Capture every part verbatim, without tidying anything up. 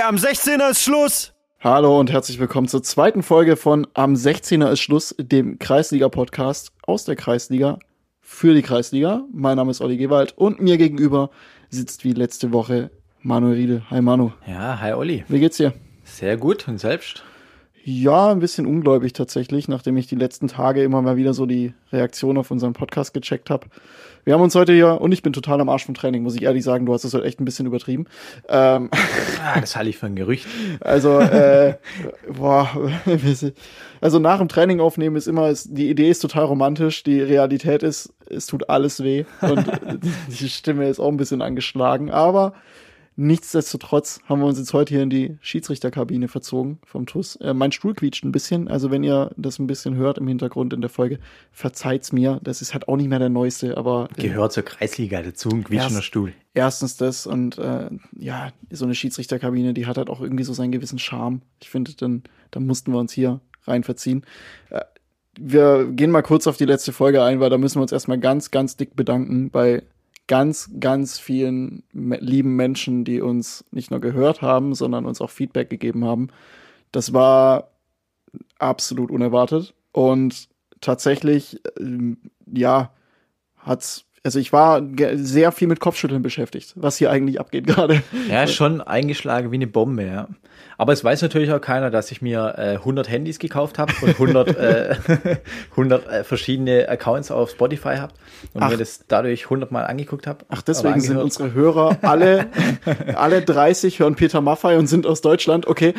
am sechzehner ist Schluss. Hallo und herzlich willkommen zur zweiten Folge von Am sechzehner ist Schluss, dem Kreisliga-Podcast aus der Kreisliga für die Kreisliga. Mein Name ist Olli Gewald und mir gegenüber sitzt wie letzte Woche Manuel Riedel. Hi Manu. Ja, hi Olli. Wie geht's dir? Sehr gut, und selbst? Ja, ein bisschen ungläubig tatsächlich, nachdem ich die letzten Tage immer mal wieder so die Reaktion auf unseren Podcast gecheckt habe. Wir haben uns heute hier, und ich bin total am Arsch vom Training, muss ich ehrlich sagen, du hast es heute echt ein bisschen übertrieben. Ähm, ah, das halte ich für ein Gerücht. Also, äh, boah, also nach dem Training aufnehmen ist immer, ist, die Idee ist total romantisch, die Realität ist, es tut alles weh und die Stimme ist auch ein bisschen angeschlagen, aber nichtsdestotrotz haben wir uns jetzt heute hier in die Schiedsrichterkabine verzogen vom T U S. Äh, mein Stuhl quietscht ein bisschen, also wenn ihr das ein bisschen hört im Hintergrund in der Folge, verzeiht's mir. Das ist halt auch nicht mehr der neueste, aber äh, gehört zur Kreisliga dazu, ein quietschender Stuhl. Erstens das und äh, ja, so eine Schiedsrichterkabine, die hat halt auch irgendwie so seinen gewissen Charme. Ich finde, dann, dann mussten wir uns hier rein verziehen. Äh, wir gehen mal kurz auf die letzte Folge ein, weil da müssen wir uns erstmal ganz, ganz dick bedanken bei ganz, ganz vielen me- lieben Menschen, die uns nicht nur gehört haben, sondern uns auch Feedback gegeben haben. Das war absolut unerwartet und tatsächlich, äh, ja, hat's, also ich war ge- sehr viel mit Kopfschütteln beschäftigt, was hier eigentlich abgeht gerade. Ja, schon eingeschlagen wie eine Bombe, ja. Aber es weiß natürlich auch keiner, dass ich mir äh, hundert Handys gekauft habe und hundert, äh, hundert äh, verschiedene Accounts auf Spotify habe und Ach. mir das dadurch hundert Mal angeguckt habe. Ach, deswegen sind unsere Hörer alle, alle dreißig hören Peter Maffay und sind aus Deutschland, okay.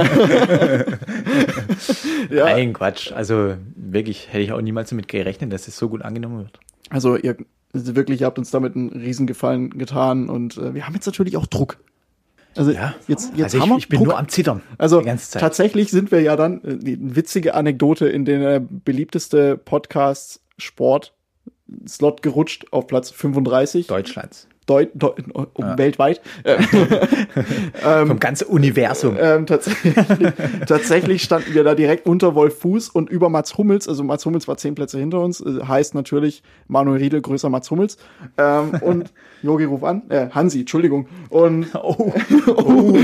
Ja. Nein, Quatsch. Also wirklich hätte ich auch niemals damit gerechnet, dass es so gut angenommen wird. Also ihr wirklich, ihr habt uns damit einen Riesengefallen getan und äh, wir haben jetzt natürlich auch Druck. Also ja, jetzt, jetzt also haben wir ich, ich bin Druck. Nur am Zittern. Also die ganze Zeit. Tatsächlich sind wir ja dann, äh, die witzige Anekdote, in den äh, beliebteste Podcast Sport Slot gerutscht auf Platz fünfunddreißig. Deutschlands. Deut, Deut, oh, ja. Weltweit. ähm, Vom ganzen Universum. Ähm, tatsächlich, tatsächlich standen wir da direkt unter Wolf Fuß und über Mats Hummels. Also Mats Hummels war zehn Plätze hinter uns. Heißt natürlich Manuel Riedel größer Mats Hummels. Ähm, und Jogi ruf an. Äh, Hansi, Entschuldigung. Und, oh. oh.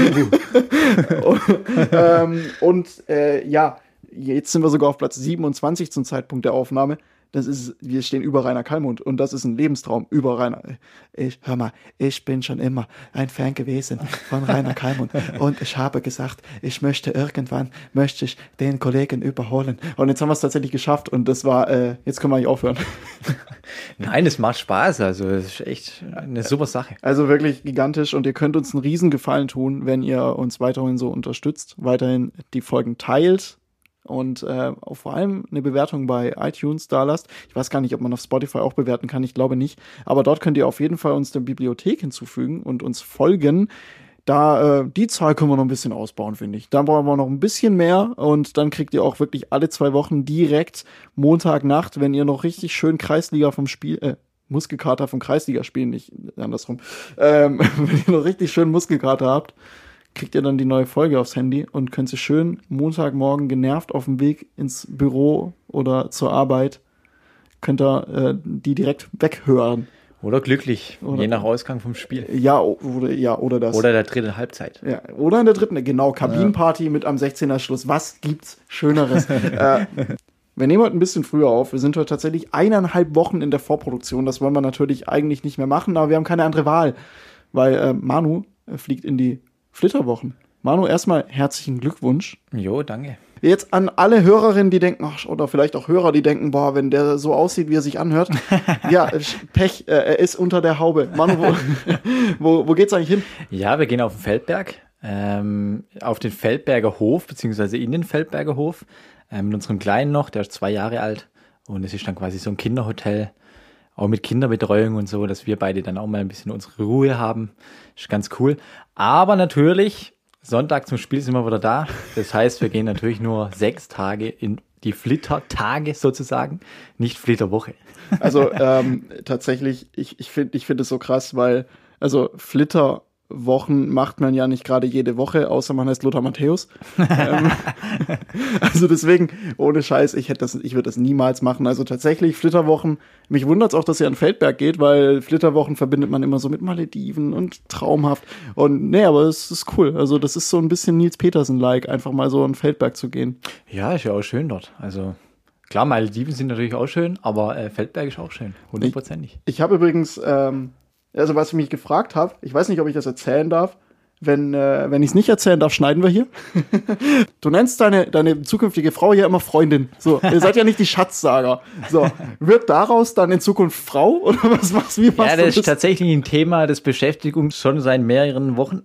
und, ähm, und äh, ja, jetzt sind wir sogar auf Platz siebenundzwanzig zum Zeitpunkt der Aufnahme. Das ist, wir stehen über Rainer Kallmund und das ist ein Lebenstraum über Rainer. Ich, hör mal, ich bin schon immer ein Fan gewesen von Rainer Kallmund und ich habe gesagt, ich möchte irgendwann, möchte ich den Kollegen überholen. Und jetzt haben wir es tatsächlich geschafft und das war, äh, jetzt können wir nicht aufhören. Nein, es macht Spaß, also es ist echt eine super Sache. Also wirklich gigantisch und ihr könnt uns einen Riesengefallen tun, wenn ihr uns weiterhin so unterstützt, weiterhin die Folgen teilt. Und äh, auch vor allem eine Bewertung bei iTunes da lasst. Ich weiß gar nicht, ob man auf Spotify auch bewerten kann, ich glaube nicht. Aber dort könnt ihr auf jeden Fall uns der Bibliothek hinzufügen und uns folgen. Da, äh, die Zahl können wir noch ein bisschen ausbauen, finde ich. Da brauchen wir noch ein bisschen mehr und dann kriegt ihr auch wirklich alle zwei Wochen direkt Montagnacht, wenn ihr noch richtig schön Kreisliga vom Spiel, äh, Muskelkater vom Kreisliga spielen, nicht andersrum. Ähm, wenn ihr noch richtig schön Muskelkater habt, kriegt ihr dann die neue Folge aufs Handy und könnt sie schön Montagmorgen genervt auf dem Weg ins Büro oder zur Arbeit, könnt ihr äh, die direkt weghören. Oder glücklich, oder, je nach Ausgang vom Spiel. Ja, oder, ja, oder das. Oder der dritten Halbzeit. Ja, oder in der dritten, genau, Kabinenparty ja. Mit am sechzehner Schluss. Was gibt's Schöneres? äh, wir nehmen heute ein bisschen früher auf. Wir sind heute tatsächlich eineinhalb Wochen in der Vorproduktion. Das wollen wir natürlich eigentlich nicht mehr machen, aber wir haben keine andere Wahl. Weil äh, Manu äh, fliegt in die Flitterwochen. Manu, erstmal herzlichen Glückwunsch. Jo, danke. Jetzt an alle Hörerinnen, die denken, ach, oder vielleicht auch Hörer, die denken, boah, wenn der so aussieht, wie er sich anhört. Ja, Pech, äh, er ist unter der Haube. Manu, wo, wo, wo geht's eigentlich hin? Ja, wir gehen auf den Feldberg, ähm, auf den Feldberger Hof, beziehungsweise in den Feldberger Hof, äh, mit unserem Kleinen noch, der ist zwei Jahre alt. Und es ist dann quasi so ein Kinderhotel, auch mit Kinderbetreuung und so, dass wir beide dann auch mal ein bisschen unsere Ruhe haben. Ist ganz cool. Aber natürlich, Sonntag zum Spiel sind wir wieder da. Das heißt, wir gehen natürlich nur sechs Tage in die Flittertage sozusagen, nicht Flitterwoche. Also ähm, tatsächlich, ich, ich finde ich finde es so krass, weil, also Flitter Flitterwochen macht man ja nicht gerade jede Woche, außer man heißt Lothar Matthäus. ähm, also deswegen, ohne Scheiß, ich hätte das, ich würde das niemals machen. Also tatsächlich Flitterwochen, mich wundert es auch, dass ihr an Feldberg geht, weil Flitterwochen verbindet man immer so mit Malediven und traumhaft. Und nee, aber es ist cool. Also das ist so ein bisschen Nils Petersen-like, einfach mal so an Feldberg zu gehen. Ja, ist ja auch schön dort. Also klar, Malediven sind natürlich auch schön, aber äh, Feldberg ist auch schön, hundertprozentig. Ich, ich habe übrigens, ähm, also was ich mich gefragt habe, ich weiß nicht, ob ich das erzählen darf. Wenn, äh, wenn ich es nicht erzählen darf, schneiden wir hier. Du nennst deine, deine zukünftige Frau ja immer Freundin. So, ihr seid ja nicht die Schatzsager. So, wird daraus dann in Zukunft Frau oder was machst du? Wie machst Ja, du das ist tatsächlich ein Thema, das beschäftigt uns schon seit mehreren Wochen.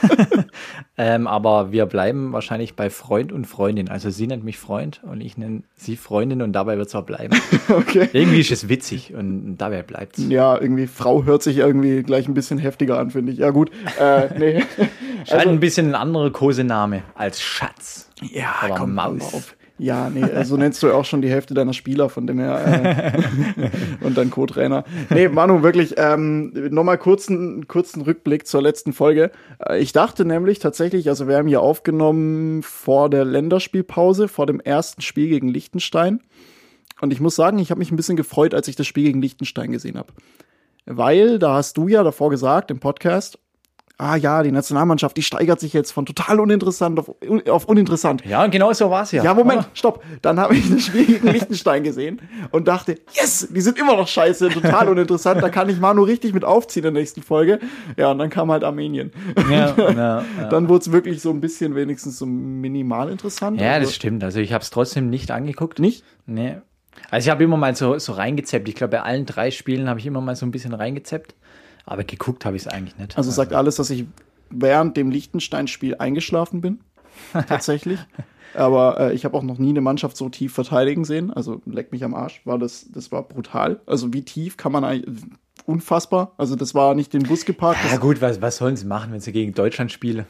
ähm, aber wir bleiben wahrscheinlich bei Freund und Freundin. Also sie nennt mich Freund und ich nenne sie Freundin und dabei wird es auch bleiben. Okay. Irgendwie ist es witzig und dabei bleibt es. Ja, irgendwie Frau hört sich irgendwie gleich ein bisschen heftiger an, finde ich. Ja gut, äh, nee. Scheint also, ein bisschen ein anderer Kosename als Schatz. Ja, oder komm, Maus. Auf. Ja, nee, so also nennst du ja auch schon die Hälfte deiner Spieler, von dem her, äh, und dein Co-Trainer. Nee, Manu, wirklich, ähm, nochmal kurzen, kurzen Rückblick zur letzten Folge. Ich dachte nämlich tatsächlich, also wir haben hier aufgenommen vor der Länderspielpause, vor dem ersten Spiel gegen Liechtenstein. Und ich muss sagen, ich habe mich ein bisschen gefreut, als ich das Spiel gegen Liechtenstein gesehen habe. Weil, da hast du ja davor gesagt im Podcast, ah ja, die Nationalmannschaft, die steigert sich jetzt von total uninteressant auf, auf uninteressant. Ja, und genau so war es ja. Ja, Moment, ah. stopp. Dann habe ich das Spiel gegen Liechtenstein gesehen und dachte, yes, die sind immer noch scheiße, total uninteressant. Da kann ich Manu richtig mit aufziehen in der nächsten Folge. Ja, und dann kam halt Armenien. Ja, ja, ja. Dann wurde es wirklich so ein bisschen wenigstens so minimal interessant. Ja, also, das stimmt. Also ich habe es trotzdem nicht angeguckt. Nicht? Nee. Also ich habe immer mal so, so reingezappt. Ich glaube, bei allen drei Spielen habe ich immer mal so ein bisschen reingezappt. Aber geguckt habe ich es eigentlich nicht. Also sagt alles, dass ich während dem Liechtenstein-Spiel eingeschlafen bin. Tatsächlich. Aber äh, ich habe auch noch nie eine Mannschaft so tief verteidigen sehen. Also leck mich am Arsch. War das, das war brutal. Also wie tief kann man eigentlich... Unfassbar. Also das war nicht den Bus geparkt. Ja gut, was, was sollen sie machen, wenn sie gegen Deutschland spielen?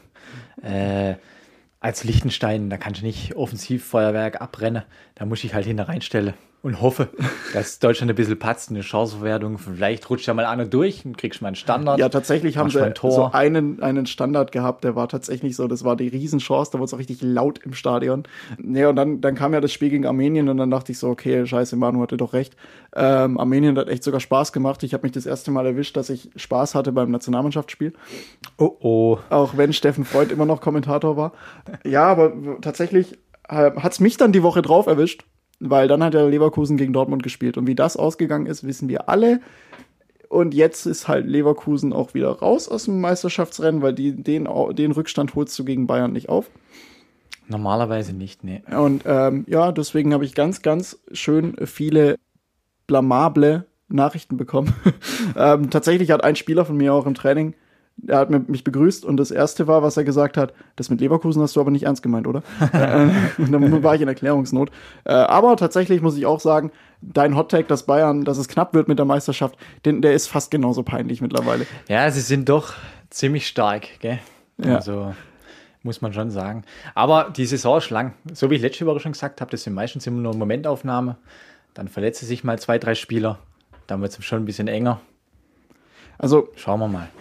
Äh, als Liechtenstein, da kannst du nicht Offensivfeuerwerk abrennen. Da muss ich halt hinten reinstellen und hoffe, dass Deutschland ein bisschen patzt, eine Chancenverwertung. Vielleicht rutscht ja mal einer durch und kriegst mal einen Standard. Ja, tatsächlich haben sie ein so einen, einen Standard gehabt, der war tatsächlich so, das war die Riesenchance, da wurde es auch richtig laut im Stadion. Ja, und dann, dann kam ja das Spiel gegen Armenien und dann dachte ich so, okay, scheiße, Manu hatte doch recht. Ähm, Armenien hat echt sogar Spaß gemacht. Ich habe mich das erste Mal erwischt, dass ich Spaß hatte beim Nationalmannschaftsspiel. Oh oh. Auch wenn Steffen Freund immer noch Kommentator war. Ja, aber tatsächlich äh, hat es mich dann die Woche drauf erwischt. Weil dann hat ja Leverkusen gegen Dortmund gespielt. Und wie das ausgegangen ist, wissen wir alle. Und jetzt ist halt Leverkusen auch wieder raus aus dem Meisterschaftsrennen, weil die, den, den Rückstand holst du gegen Bayern nicht auf. Normalerweise nicht, nee. Und ähm, ja, deswegen habe ich ganz, ganz schön viele blamable Nachrichten bekommen. ähm, tatsächlich hat ein Spieler von mir auch im Training, er hat mich begrüßt und das erste war, was er gesagt hat, das mit Leverkusen hast du aber nicht ernst gemeint, oder? äh, und dann war ich in Erklärungsnot. Äh, aber tatsächlich muss ich auch sagen, dein Hottake, dass Bayern, dass es knapp wird mit der Meisterschaft, den, der ist fast genauso peinlich mittlerweile. Ja, sie sind doch ziemlich stark, gell? Ja. Also muss man schon sagen. Aber die Saison ist lang. So wie ich letzte Woche schon gesagt habe, das sind meistens immer nur Momentaufnahme. Dann verletzen sich mal zwei, drei Spieler. Dann wird es schon ein bisschen enger. Also schauen wir mal.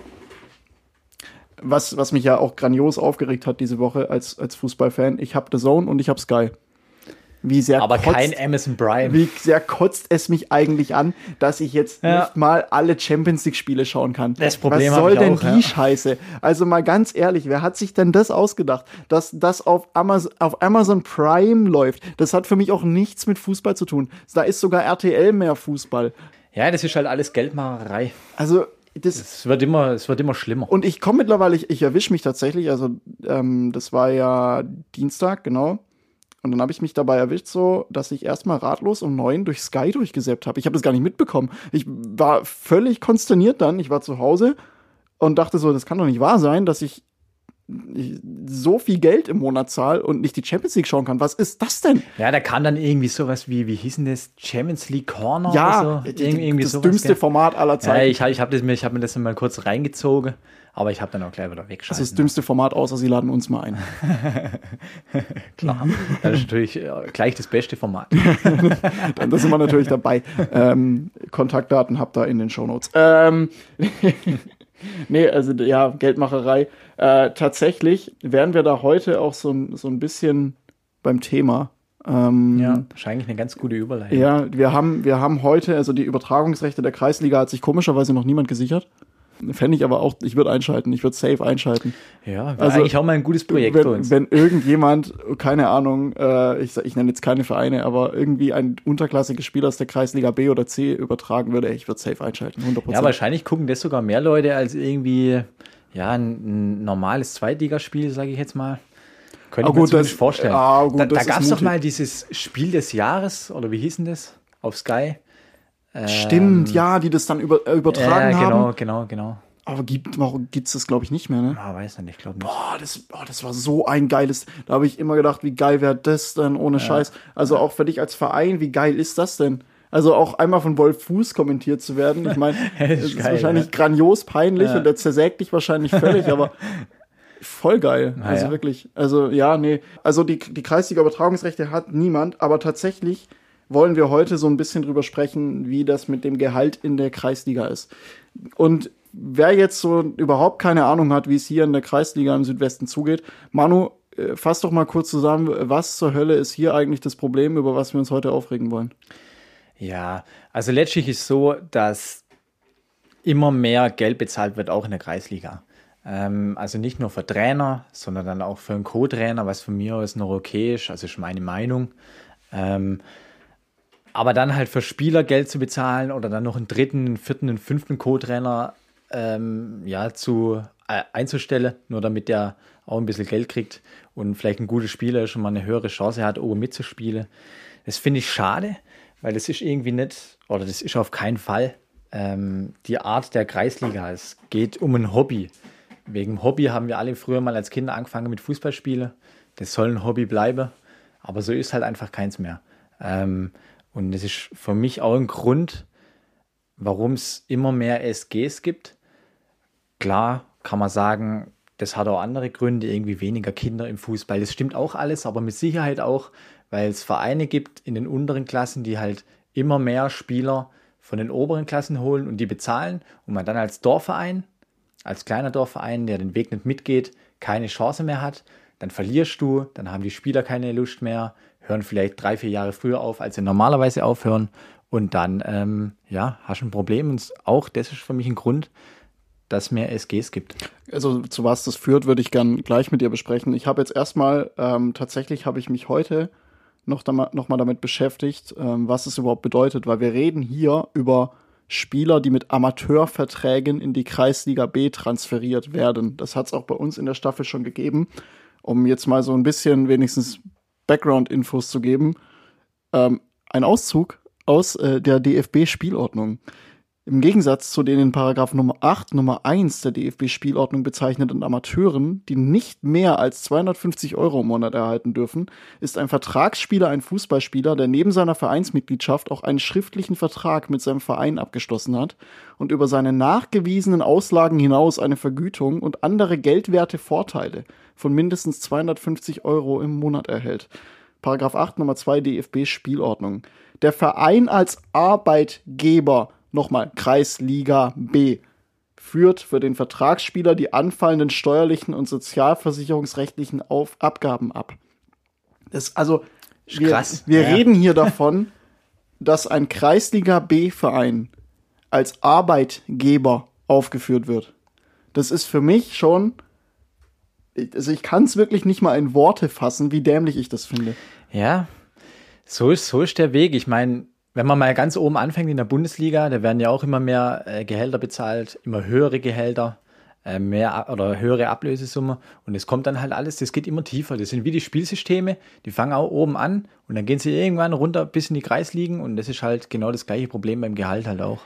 Was, was mich ja auch grandios aufgeregt hat diese Woche als, als Fußballfan, ich habe The Zone und ich habe Sky. Wie sehr Aber kotzt, kein Amazon Prime. Wie sehr kotzt es mich eigentlich an, dass ich jetzt ja. nicht mal alle Champions League Spiele schauen kann. Das Problem Was soll denn auch, die ja. Scheiße? Also mal ganz ehrlich, wer hat sich denn das ausgedacht, dass das auf Amazon, auf Amazon Prime läuft? Das hat für mich auch nichts mit Fußball zu tun. Da ist sogar R T L mehr Fußball. Ja, das ist halt alles Geldmacherei. Also Das, es, wird immer, es wird immer schlimmer. Und ich komme mittlerweile, ich, ich erwische mich tatsächlich, also ähm, das war ja Dienstag, genau. Und dann habe ich mich dabei erwischt, so, dass ich erstmal ratlos um neun durch Sky durchgesäppt habe. Ich habe das gar nicht mitbekommen. Ich war völlig konsterniert dann. Ich war zu Hause und dachte so, das kann doch nicht wahr sein, dass ich so viel Geld im Monat zahle und nicht die Champions League schauen kann. Was ist das denn? Ja, da kann dann irgendwie sowas wie, wie hieß denn das? Champions League Corner ja, oder so? Die, irgendwie das sowas, dümmste gell? Format aller Zeiten. Ja, ich, ich habe mir, hab mir das mal kurz reingezogen, aber ich habe dann auch gleich wieder weggeschaltet. Das ist das dümmste Format, außer sie laden uns mal ein. Klar, das ist natürlich gleich das beste Format. Dann da sind wir natürlich dabei. Ähm, Kontaktdaten habt ihr in den Shownotes. Ähm, Nee, also ja, Geldmacherei. Äh, tatsächlich wären wir da heute auch so, so ein bisschen beim Thema. Ähm, Ja, wahrscheinlich eine ganz gute Überleitung. Ja, wir haben, wir haben heute, also die Übertragungsrechte der Kreisliga hat sich komischerweise noch niemand gesichert. Fände ich aber auch, ich würde einschalten, ich würde safe einschalten. Ja, also eigentlich auch mal ein gutes Projekt wenn, für uns. Wenn irgendjemand, keine Ahnung, äh, ich, ich nenne jetzt keine Vereine, aber irgendwie ein unterklassiges Spiel aus der Kreisliga B oder C übertragen würde, ich würde safe einschalten, hundert Prozent. Ja, wahrscheinlich gucken das sogar mehr Leute als irgendwie, ja, ein, ein normales Zweitligaspiel, sage ich jetzt mal. Könnte ich mir zumindest vorstellen. Ah, gut, da da das gab es ist doch mutig. mal dieses Spiel des Jahres, oder wie hieß denn das? Auf Sky. Stimmt, Ähm, ja, die das dann über, äh, übertragen ja, genau, haben. genau, genau. Aber gibt es das, glaube ich, nicht mehr, ne? Ah, weiß nicht, ich glaube nicht. Boah, das, boah, das war so ein geiles. Da habe ich immer gedacht, wie geil wäre das denn ohne ja. Scheiß. Also auch für dich als Verein, wie geil ist das denn? Also auch einmal von Wolf Fuß kommentiert zu werden. Ich meine, es ist geil, wahrscheinlich ja. grandios peinlich ja. und der zersägt dich wahrscheinlich völlig, aber voll geil. Na, also ja. wirklich. Also ja, nee. Also die, die Kreisliga-Übertragungsrechte hat niemand, aber tatsächlich wollen wir heute so ein bisschen drüber sprechen, wie das mit dem Gehalt in der Kreisliga ist. Und wer jetzt so überhaupt keine Ahnung hat, wie es hier in der Kreisliga im Südwesten zugeht, Manu, fass doch mal kurz zusammen, was zur Hölle ist hier eigentlich das Problem, über was wir uns heute aufregen wollen? Ja, also letztlich ist so, dass immer mehr Geld bezahlt wird, auch in der Kreisliga. Ähm, also nicht nur für Trainer, sondern dann auch für einen Co-Trainer, was von mir aus noch okay ist, also ist meine Meinung. Ähm, aber dann halt für Spieler Geld zu bezahlen oder dann noch einen dritten, einen vierten, einen fünften Co-Trainer ähm, ja, zu, äh, einzustellen, nur damit der auch ein bisschen Geld kriegt und vielleicht ein guter Spieler schon mal eine höhere Chance hat, oben mitzuspielen. Das finde ich schade, weil das ist irgendwie nicht, oder das ist auf keinen Fall ähm, die Art der Kreisliga. Es geht um ein Hobby. Wegen Hobby haben wir alle früher mal als Kinder angefangen mit Fußballspielen. Das soll ein Hobby bleiben, aber so ist halt einfach keins mehr. Ähm, und das ist für mich auch ein Grund, warum es immer mehr S Gs gibt. Klar kann man sagen, das hat auch andere Gründe, irgendwie weniger Kinder im Fußball. Das stimmt auch alles, aber mit Sicherheit auch, weil es Vereine gibt in den unteren Klassen, die halt immer mehr Spieler von den oberen Klassen holen und die bezahlen und man dann als Dorfverein, als kleiner Dorfverein, der den Weg nicht mitgeht, keine Chance mehr hat, dann verlierst du, dann haben die Spieler keine Lust mehr, hören vielleicht drei, vier Jahre früher auf, als sie normalerweise aufhören und dann, ähm, ja, hast du ein Problem und auch das ist für mich ein Grund, dass mehr S Gs gibt. Also zu was das führt, würde ich gern gleich mit dir besprechen. Ich habe jetzt erstmal, ähm, tatsächlich habe ich mich heute noch, da, noch mal damit beschäftigt, ähm, was es überhaupt bedeutet, weil wir reden hier über Spieler, die mit Amateurverträgen in die Kreisliga B transferiert werden. Das hat es auch bei uns in der Staffel schon gegeben. Um jetzt mal so ein bisschen wenigstens Background-Infos zu geben. Ähm, ein Auszug aus äh, der D F B-Spielordnung. Im Gegensatz zu den in Paragraph Nummer acht, Nummer eins der D F B-Spielordnung bezeichneten Amateuren, die nicht mehr als zweihundertfünfzig Euro im Monat erhalten dürfen, ist ein Vertragsspieler ein Fußballspieler, der neben seiner Vereinsmitgliedschaft auch einen schriftlichen Vertrag mit seinem Verein abgeschlossen hat und über seine nachgewiesenen Auslagen hinaus eine Vergütung und andere geldwerte Vorteile von mindestens zweihundertfünfzig Euro im Monat erhält. Paragraph acht, Nummer zwei D F B-Spielordnung. Der Verein als Arbeitgeber, nochmal, Kreisliga B, führt für den Vertragsspieler die anfallenden steuerlichen und sozialversicherungsrechtlichen Auf- Abgaben ab. Das, also, wir, krass. wir ja. reden hier davon, dass ein Kreisliga B-Verein als Arbeitgeber aufgeführt wird. Das ist für mich schon, also ich kann es wirklich nicht mal in Worte fassen, wie dämlich ich das finde. Ja, so ist, so ist der Weg. Ich meine, wenn man mal ganz oben anfängt in der Bundesliga, da werden ja auch immer mehr äh, Gehälter bezahlt, immer höhere Gehälter, äh, mehr oder höhere Ablösesumme und es kommt dann halt alles, das geht immer tiefer. Das sind wie die Spielsysteme, die fangen auch oben an und dann gehen sie irgendwann runter bis in die Kreisligen und das ist halt genau das gleiche Problem beim Gehalt halt auch.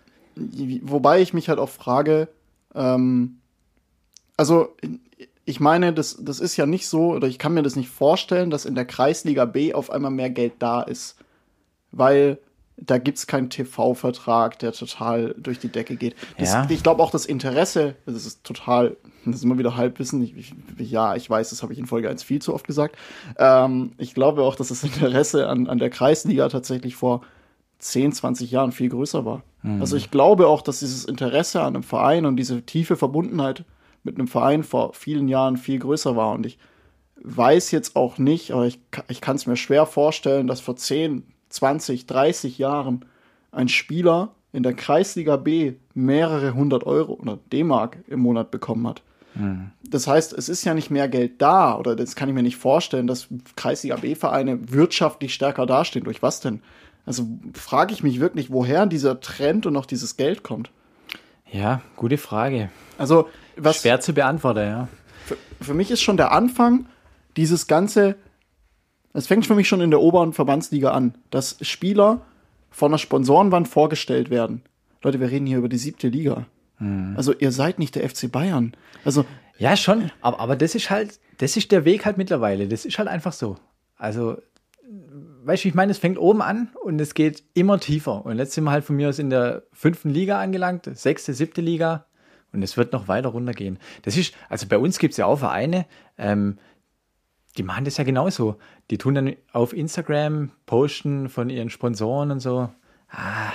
Wobei ich mich halt auch frage, ähm, also ich meine, das, das ist ja nicht so, oder ich kann mir das nicht vorstellen, dass in der Kreisliga B auf einmal mehr Geld da ist. Weil da gibt es keinen T V-Vertrag, der total durch die Decke geht. Das, ja. Ich glaube auch das Interesse, das ist total, das ist immer wieder Halbwissen, ich, ich, ja, ich weiß, das habe ich in Folge eins viel zu oft gesagt. Ähm, ich glaube auch, dass das Interesse an, an der Kreisliga tatsächlich vor zehn, zwanzig Jahren viel größer war. Mhm. Also ich glaube auch, dass dieses Interesse an einem Verein und diese tiefe Verbundenheit mit einem Verein vor vielen Jahren viel größer war. Und ich weiß jetzt auch nicht, aber ich, ich kann es mir schwer vorstellen, dass vor zehn, zwanzig, dreißig Jahren ein Spieler in der Kreisliga B mehrere hundert Euro oder D-Mark im Monat bekommen hat. Mhm. Das heißt, es ist ja nicht mehr Geld da, oder das kann ich mir nicht vorstellen, dass Kreisliga B-Vereine wirtschaftlich stärker dastehen. Durch was denn? Also frage ich mich wirklich, woher dieser Trend und auch dieses Geld kommt. Ja, gute Frage. Also was schwer zu beantworten, ja. Für, für mich ist schon der Anfang dieses ganze, es fängt für mich schon in der oberen Verbandsliga an, dass Spieler von der Sponsorenwand vorgestellt werden. Leute, wir reden hier über die siebte Liga. Hm. Also ihr seid nicht der F C Bayern. Also ja, schon, aber, aber das ist halt, das ist der Weg halt mittlerweile. Das ist halt einfach so. Also, weißt du, ich meine, es fängt oben an und es geht immer tiefer. Und jetzt sind wir halt von mir aus in der fünften Liga angelangt, sechste, siebte Liga. Und es wird noch weiter runtergehen. Das ist, also bei uns gibt es ja auch Vereine, ähm, die machen das ja genauso. Die tun dann auf Instagram posten von ihren Sponsoren und so. Ah.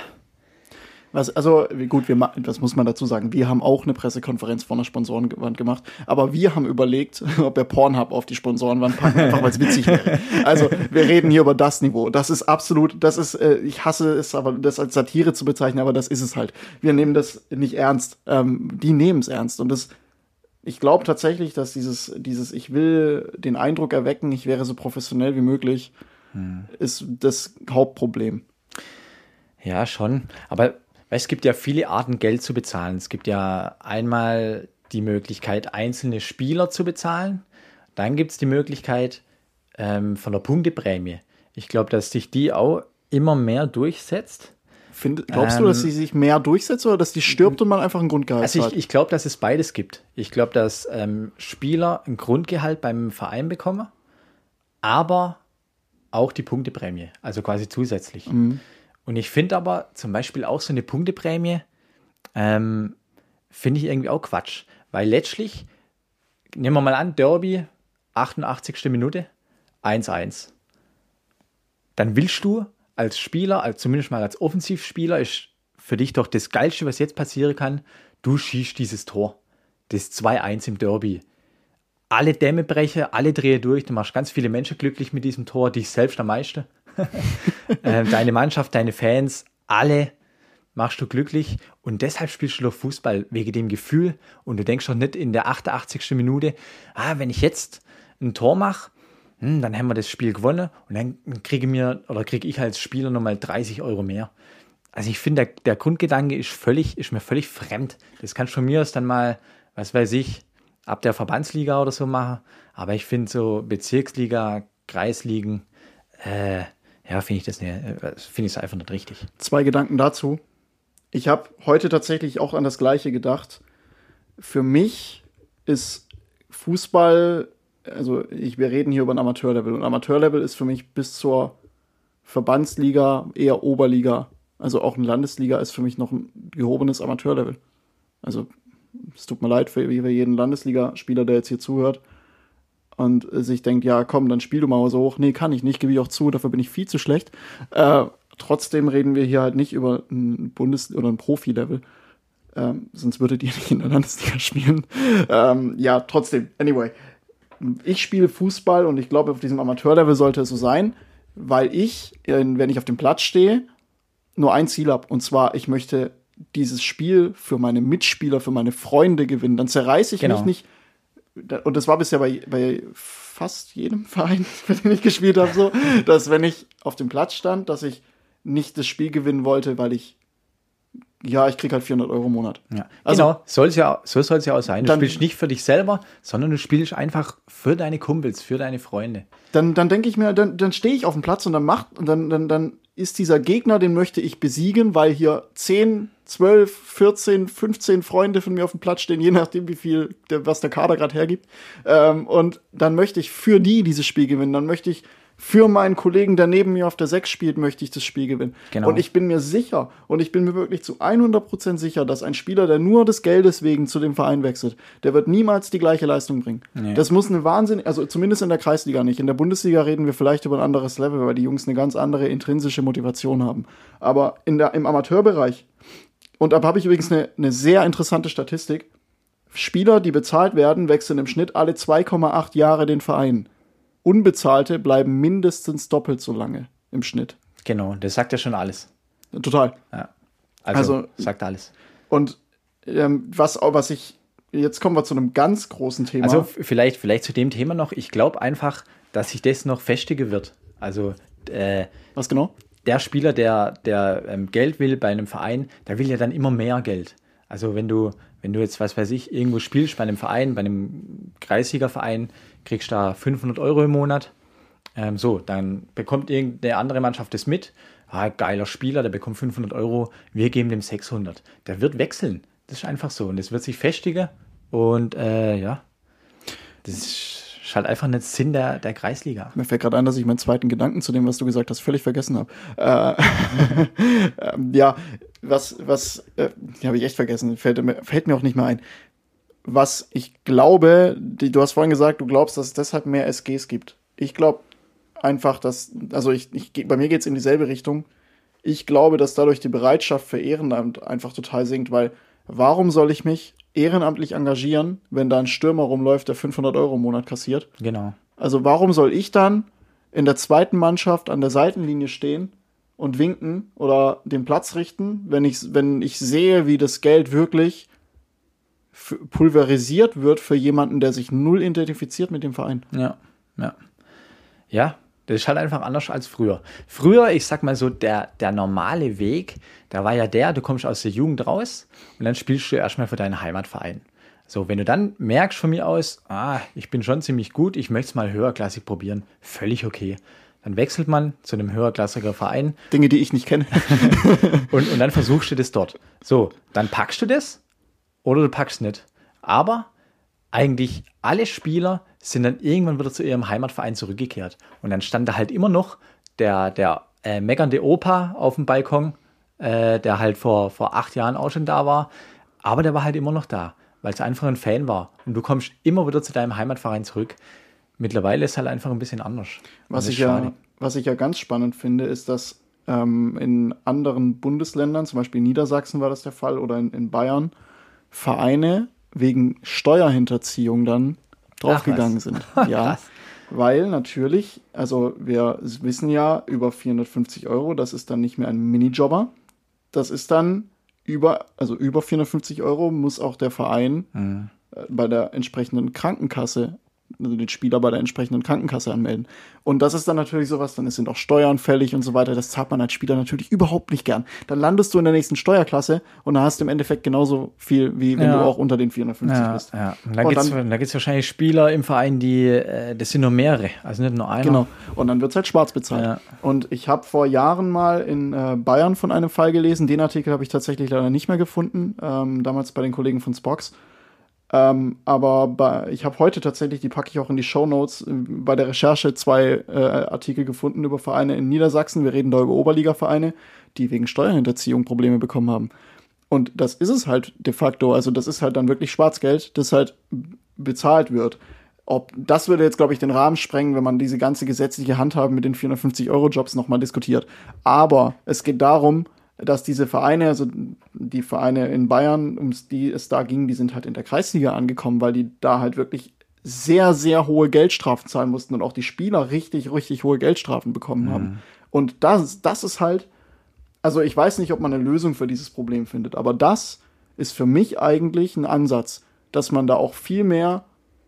Was, also gut, wir, das muss man dazu sagen, wir haben auch eine Pressekonferenz vor einer Sponsorenwand gemacht, aber wir haben überlegt, ob wir Pornhub auf die Sponsorenwand packen, einfach weil es witzig wäre. Also wir reden hier über das Niveau. Das ist absolut, das ist, äh, ich hasse es, aber das als Satire zu bezeichnen, aber das ist es halt. Wir nehmen das nicht ernst. Ähm, die nehmen es ernst. Und das, ich glaube tatsächlich, dass dieses, dieses, ich will den Eindruck erwecken, ich wäre so professionell wie möglich, hm. ist das Hauptproblem. Ja, schon. Aber es gibt ja viele Arten, Geld zu bezahlen. Es gibt ja einmal die Möglichkeit, einzelne Spieler zu bezahlen. Dann gibt es die Möglichkeit ähm, von der Punkteprämie. Ich glaube, dass sich die auch immer mehr durchsetzt. Find, glaubst ähm, du, dass sie sich mehr durchsetzt oder dass die stirbt und man einfach ein Grundgehalt also hat? Also ich, ich glaube, dass es beides gibt. Ich glaube, dass ähm, Spieler ein Grundgehalt beim Verein bekommen, aber auch die Punkteprämie, also quasi zusätzlich. Mhm. Und ich finde aber zum Beispiel auch so eine Punkteprämie, ähm, finde ich irgendwie auch Quatsch. Weil letztlich, nehmen wir mal an, Derby, achtundachtzigste Minute, eins eins. Dann willst du als Spieler, als, zumindest mal als Offensivspieler, ist für dich doch das Geilste, was jetzt passieren kann, du schießt dieses Tor. Das zwei eins im Derby. Alle Dämme brechen, alle drehen durch, du machst ganz viele Menschen glücklich mit diesem Tor, dich selbst am meisten. äh, deine Mannschaft, deine Fans, alle machst du glücklich und deshalb spielst du doch Fußball, wegen dem Gefühl und du denkst doch nicht in der achtundachtzigsten Minute, ah, wenn ich jetzt ein Tor mache, hm, dann haben wir das Spiel gewonnen und dann kriege mir oder kriege ich als Spieler nochmal dreißig Euro mehr. Also ich finde, der, der Grundgedanke ist völlig, ist mir völlig fremd. Das kannst du von mir aus dann mal, was weiß ich, ab der Verbandsliga oder so machen, aber ich finde so Bezirksliga, Kreisligen, äh, ja, finde ich das nicht, finde ich es einfach nicht richtig. Zwei Gedanken dazu. Ich habe heute tatsächlich auch an das Gleiche gedacht. Für mich ist Fußball, also ich, wir reden hier über ein Amateurlevel und Amateurlevel ist für mich bis zur Verbandsliga eher Oberliga. Also auch eine Landesliga ist für mich noch ein gehobenes Amateurlevel. Also es tut mir leid für jeden Landesligaspieler, der jetzt hier zuhört und sich denkt, ja komm, dann spiel du mal so hoch. Nee, kann ich nicht, gebe ich auch zu, dafür bin ich viel zu schlecht. Äh, trotzdem reden wir hier halt nicht über ein Bundes- oder ein Profi-Level. Ähm, sonst würdet ihr nicht in der Landesliga spielen. Ähm, ja, trotzdem, anyway. Ich spiele Fußball und ich glaube, auf diesem Amateurlevel sollte es so sein, weil ich, wenn ich auf dem Platz stehe, nur ein Ziel habe. Und zwar, ich möchte dieses Spiel für meine Mitspieler, für meine Freunde gewinnen. Dann zerreiße ich genau. mich nicht. Und das war bisher bei, bei fast jedem Verein, für den ich gespielt habe, so, dass wenn ich auf dem Platz stand, dass ich nicht das Spiel gewinnen wollte, weil ich, ja, ich krieg halt vierhundert Euro im Monat. Ja. Also, genau, soll's ja, so soll es ja auch sein. Du dann, spielst nicht für dich selber, sondern du spielst einfach für deine Kumpels, für deine Freunde. Dann, dann denke ich mir, dann, dann stehe ich auf dem Platz und dann macht, und dann, dann, dann ist dieser Gegner, den möchte ich besiegen, weil hier zehn, zwölf, vierzehn, fünfzehn Freunde von mir auf dem Platz stehen, je nachdem, wie viel, der, was der Kader gerade hergibt. Ähm, und dann möchte ich für die dieses Spiel gewinnen. Dann möchte ich Für meinen Kollegen, der neben mir auf der sechs spielt, möchte ich das Spiel gewinnen. Genau. Und ich bin mir sicher, und ich bin mir wirklich zu hundert Prozent sicher, dass ein Spieler, der nur des Geldes wegen zu dem Verein wechselt, der wird niemals die gleiche Leistung bringen. Nee. Das muss eine Wahnsinn, also zumindest in der Kreisliga nicht. In der Bundesliga reden wir vielleicht über ein anderes Level, weil die Jungs eine ganz andere intrinsische Motivation haben. Aber in der, im Amateurbereich, und da habe ich übrigens eine, eine sehr interessante Statistik, Spieler, die bezahlt werden, wechseln im Schnitt alle zwei Komma acht Jahre den Verein. Unbezahlte bleiben mindestens doppelt so lange im Schnitt. Genau, das sagt ja schon alles. Total. Ja. Also, also sagt alles. Und ähm, was, was ich, jetzt kommen wir zu einem ganz großen Thema. Also vielleicht, vielleicht zu dem Thema noch, ich glaube einfach, dass sich das noch festiger wird. Also äh, was genau? Der Spieler, der, der ähm, Geld will bei einem Verein, der will ja dann immer mehr Geld. Also wenn du, wenn du jetzt, was weiß ich, irgendwo spielst bei einem Verein, bei einem Kreisliga-Verein, kriegst da fünfhundert Euro im Monat. Ähm, so, dann bekommt irgendeine andere Mannschaft das mit. Ah, geiler Spieler, der bekommt fünfhundert Euro, wir geben dem sechshundert. Der wird wechseln. Das ist einfach so. Und das wird sich festigen. Und äh, ja, das ist halt einfach nicht Sinn der, der Kreisliga. Mir fällt gerade ein, dass ich meinen zweiten Gedanken zu dem, was du gesagt hast, völlig vergessen habe. Äh, ja, was, was, äh, die habe ich echt vergessen. Fällt mir, fällt mir auch nicht mehr ein. Was ich glaube, die, du hast vorhin gesagt, du glaubst, dass es deshalb mehr S Gs gibt. Ich glaube einfach, dass, also ich, ich, bei mir geht es in dieselbe Richtung. Ich glaube, dass dadurch die Bereitschaft für Ehrenamt einfach total sinkt, weil warum soll ich mich ehrenamtlich engagieren, wenn da ein Stürmer rumläuft, der fünfhundert Euro im Monat kassiert? Genau. Also warum soll ich dann in der zweiten Mannschaft an der Seitenlinie stehen und winken oder den Platz richten, wenn ich, wenn ich sehe, wie das Geld wirklich pulverisiert wird für jemanden, der sich null identifiziert mit dem Verein. Ja, ja. Ja, das ist halt einfach anders als früher. Früher, ich sag mal so, der, der normale Weg, da war ja der, du kommst aus der Jugend raus und dann spielst du erstmal für deinen Heimatverein. So, wenn du dann merkst von mir aus, ah, ich bin schon ziemlich gut, ich möchte es mal höherklassig probieren, völlig okay. Dann wechselt man zu einem höherklassiger Verein. Dinge, die ich nicht kenne. und, und dann versuchst du das dort. So, dann packst du das oder du packst es nicht. Aber eigentlich alle Spieler sind dann irgendwann wieder zu ihrem Heimatverein zurückgekehrt. Und dann stand da halt immer noch der, der äh, meckernde Opa auf dem Balkon, äh, der halt vor, vor acht Jahren auch schon da war. Aber der war halt immer noch da, weil es einfach ein Fan war. Und du kommst immer wieder zu deinem Heimatverein zurück. Mittlerweile ist es halt einfach ein bisschen anders. Was ich, ja, was ich ja ganz spannend finde, ist, dass ähm, in anderen Bundesländern, zum Beispiel in Niedersachsen war das der Fall oder in, in Bayern, Vereine wegen Steuerhinterziehung dann draufgegangen sind. Ja, weil natürlich, also wir wissen ja, über vierhundertfünfzig Euro, das ist dann nicht mehr ein Minijobber. Das ist dann über, also über vierhundertfünfzig Euro muss auch der Verein mhm. bei der entsprechenden Krankenkasse, also den Spieler bei der entsprechenden Krankenkasse anmelden. Und das ist dann natürlich sowas, dann sind auch Steuern fällig und so weiter. Das zahlt man als Spieler natürlich überhaupt nicht gern. Dann landest du in der nächsten Steuerklasse und dann hast du im Endeffekt genauso viel, wie wenn ja. du auch unter den vierhundertfünfzig ja, bist. Ja. Und da gibt es da gibt's wahrscheinlich Spieler im Verein, die, äh, das sind nur mehrere, also nicht nur einer. Genau. Und dann wird es halt schwarz bezahlt. Ja. Und ich habe vor Jahren mal in äh, Bayern von einem Fall gelesen. Den Artikel habe ich tatsächlich leider nicht mehr gefunden. Ähm, damals bei den Kollegen von Spox. Ähm, aber bei, ich habe heute tatsächlich, die packe ich auch in die Shownotes, äh, bei der Recherche zwei äh, Artikel gefunden über Vereine in Niedersachsen. Wir reden da über Oberliga-Vereine, die wegen Steuerhinterziehung Probleme bekommen haben. Und das ist es halt de facto. Also das ist halt dann wirklich Schwarzgeld, das halt bezahlt wird. Ob das würde jetzt, glaube ich, den Rahmen sprengen, wenn man diese ganze gesetzliche Handhabe mit den vierhundertfünfzig Euro Jobs nochmal diskutiert. Aber es geht darum, dass diese Vereine, also die Vereine in Bayern, um die es da ging, die sind halt in der Kreisliga angekommen, weil die da halt wirklich sehr, sehr hohe Geldstrafen zahlen mussten und auch die Spieler richtig, richtig hohe Geldstrafen bekommen haben. Mhm. Und das, das ist halt, also ich weiß nicht, ob man eine Lösung für dieses Problem findet, aber das ist für mich eigentlich ein Ansatz, dass man da auch viel mehr,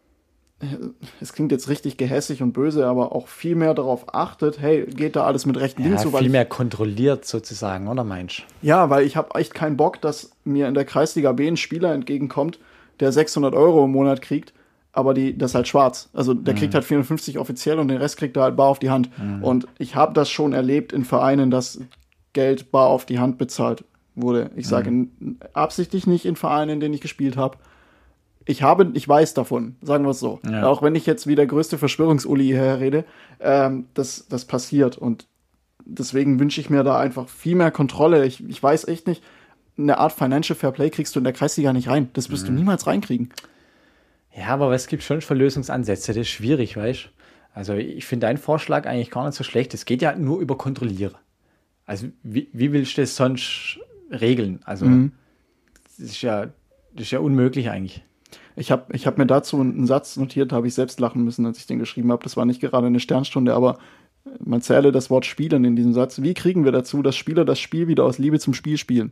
es klingt jetzt richtig gehässig und böse, aber auch viel mehr darauf achtet, hey, geht da alles mit rechten ja, Dingen zu? Viel mehr kontrolliert sozusagen, oder meinst du? Ja, weil ich habe echt keinen Bock, dass mir in der Kreisliga B ein Spieler entgegenkommt, der sechshundert Euro im Monat kriegt, aber die, das ist halt schwarz. Also der mhm. kriegt halt vierhundertfünfzig offiziell und den Rest kriegt er halt bar auf die Hand. Mhm. Und ich habe das schon erlebt in Vereinen, dass Geld bar auf die Hand bezahlt wurde. Ich sage mhm. absichtlich nicht in Vereinen, in denen ich gespielt habe. ich habe, ich weiß davon, sagen wir es so. Ja. Auch wenn ich jetzt wie der größte Verschwörungsuli herrede, ähm, das, das passiert. Und deswegen wünsche ich mir da einfach viel mehr Kontrolle. Ich, ich weiß echt nicht, eine Art Financial Fair Play kriegst du in der Kreisliga nicht rein. Das wirst mhm. du niemals reinkriegen. Ja, aber es gibt schon schon Lösungsansätze. Das ist schwierig, weißt du? Also ich finde deinen Vorschlag eigentlich gar nicht so schlecht. Es geht ja nur über Kontrollieren. Also wie, wie willst du das sonst regeln? Also mhm. das ist ja, das ist ja unmöglich eigentlich. Ich habe ich hab mir dazu einen Satz notiert, da habe ich selbst lachen müssen, als ich den geschrieben habe. Das war nicht gerade eine Sternstunde, aber man zähle das Wort Spielen in diesem Satz. Wie kriegen wir dazu, dass Spieler das Spiel wieder aus Liebe zum Spiel spielen?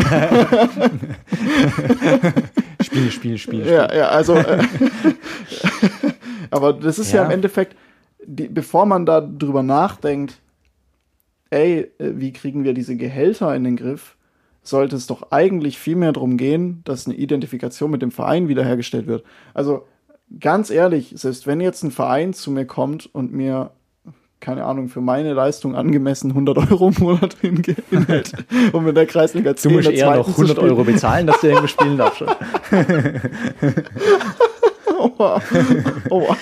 Spiel, Spiel, Spiel. Ja, ja, also äh, aber das ist ja, ja im Endeffekt, die, bevor man da drüber nachdenkt, ey, wie kriegen wir diese Gehälter in den Griff, sollte es doch eigentlich viel mehr darum gehen, dass eine Identifikation mit dem Verein wiederhergestellt wird. Also ganz ehrlich, selbst wenn jetzt ein Verein zu mir kommt und mir, keine Ahnung, für meine Leistung angemessen hundert Euro im Monat hinhält, um in der Kreisliga zehn Du musst eher noch hundert Euro bezahlen, dass du irgendwo spielen darfst. Aua. Aua.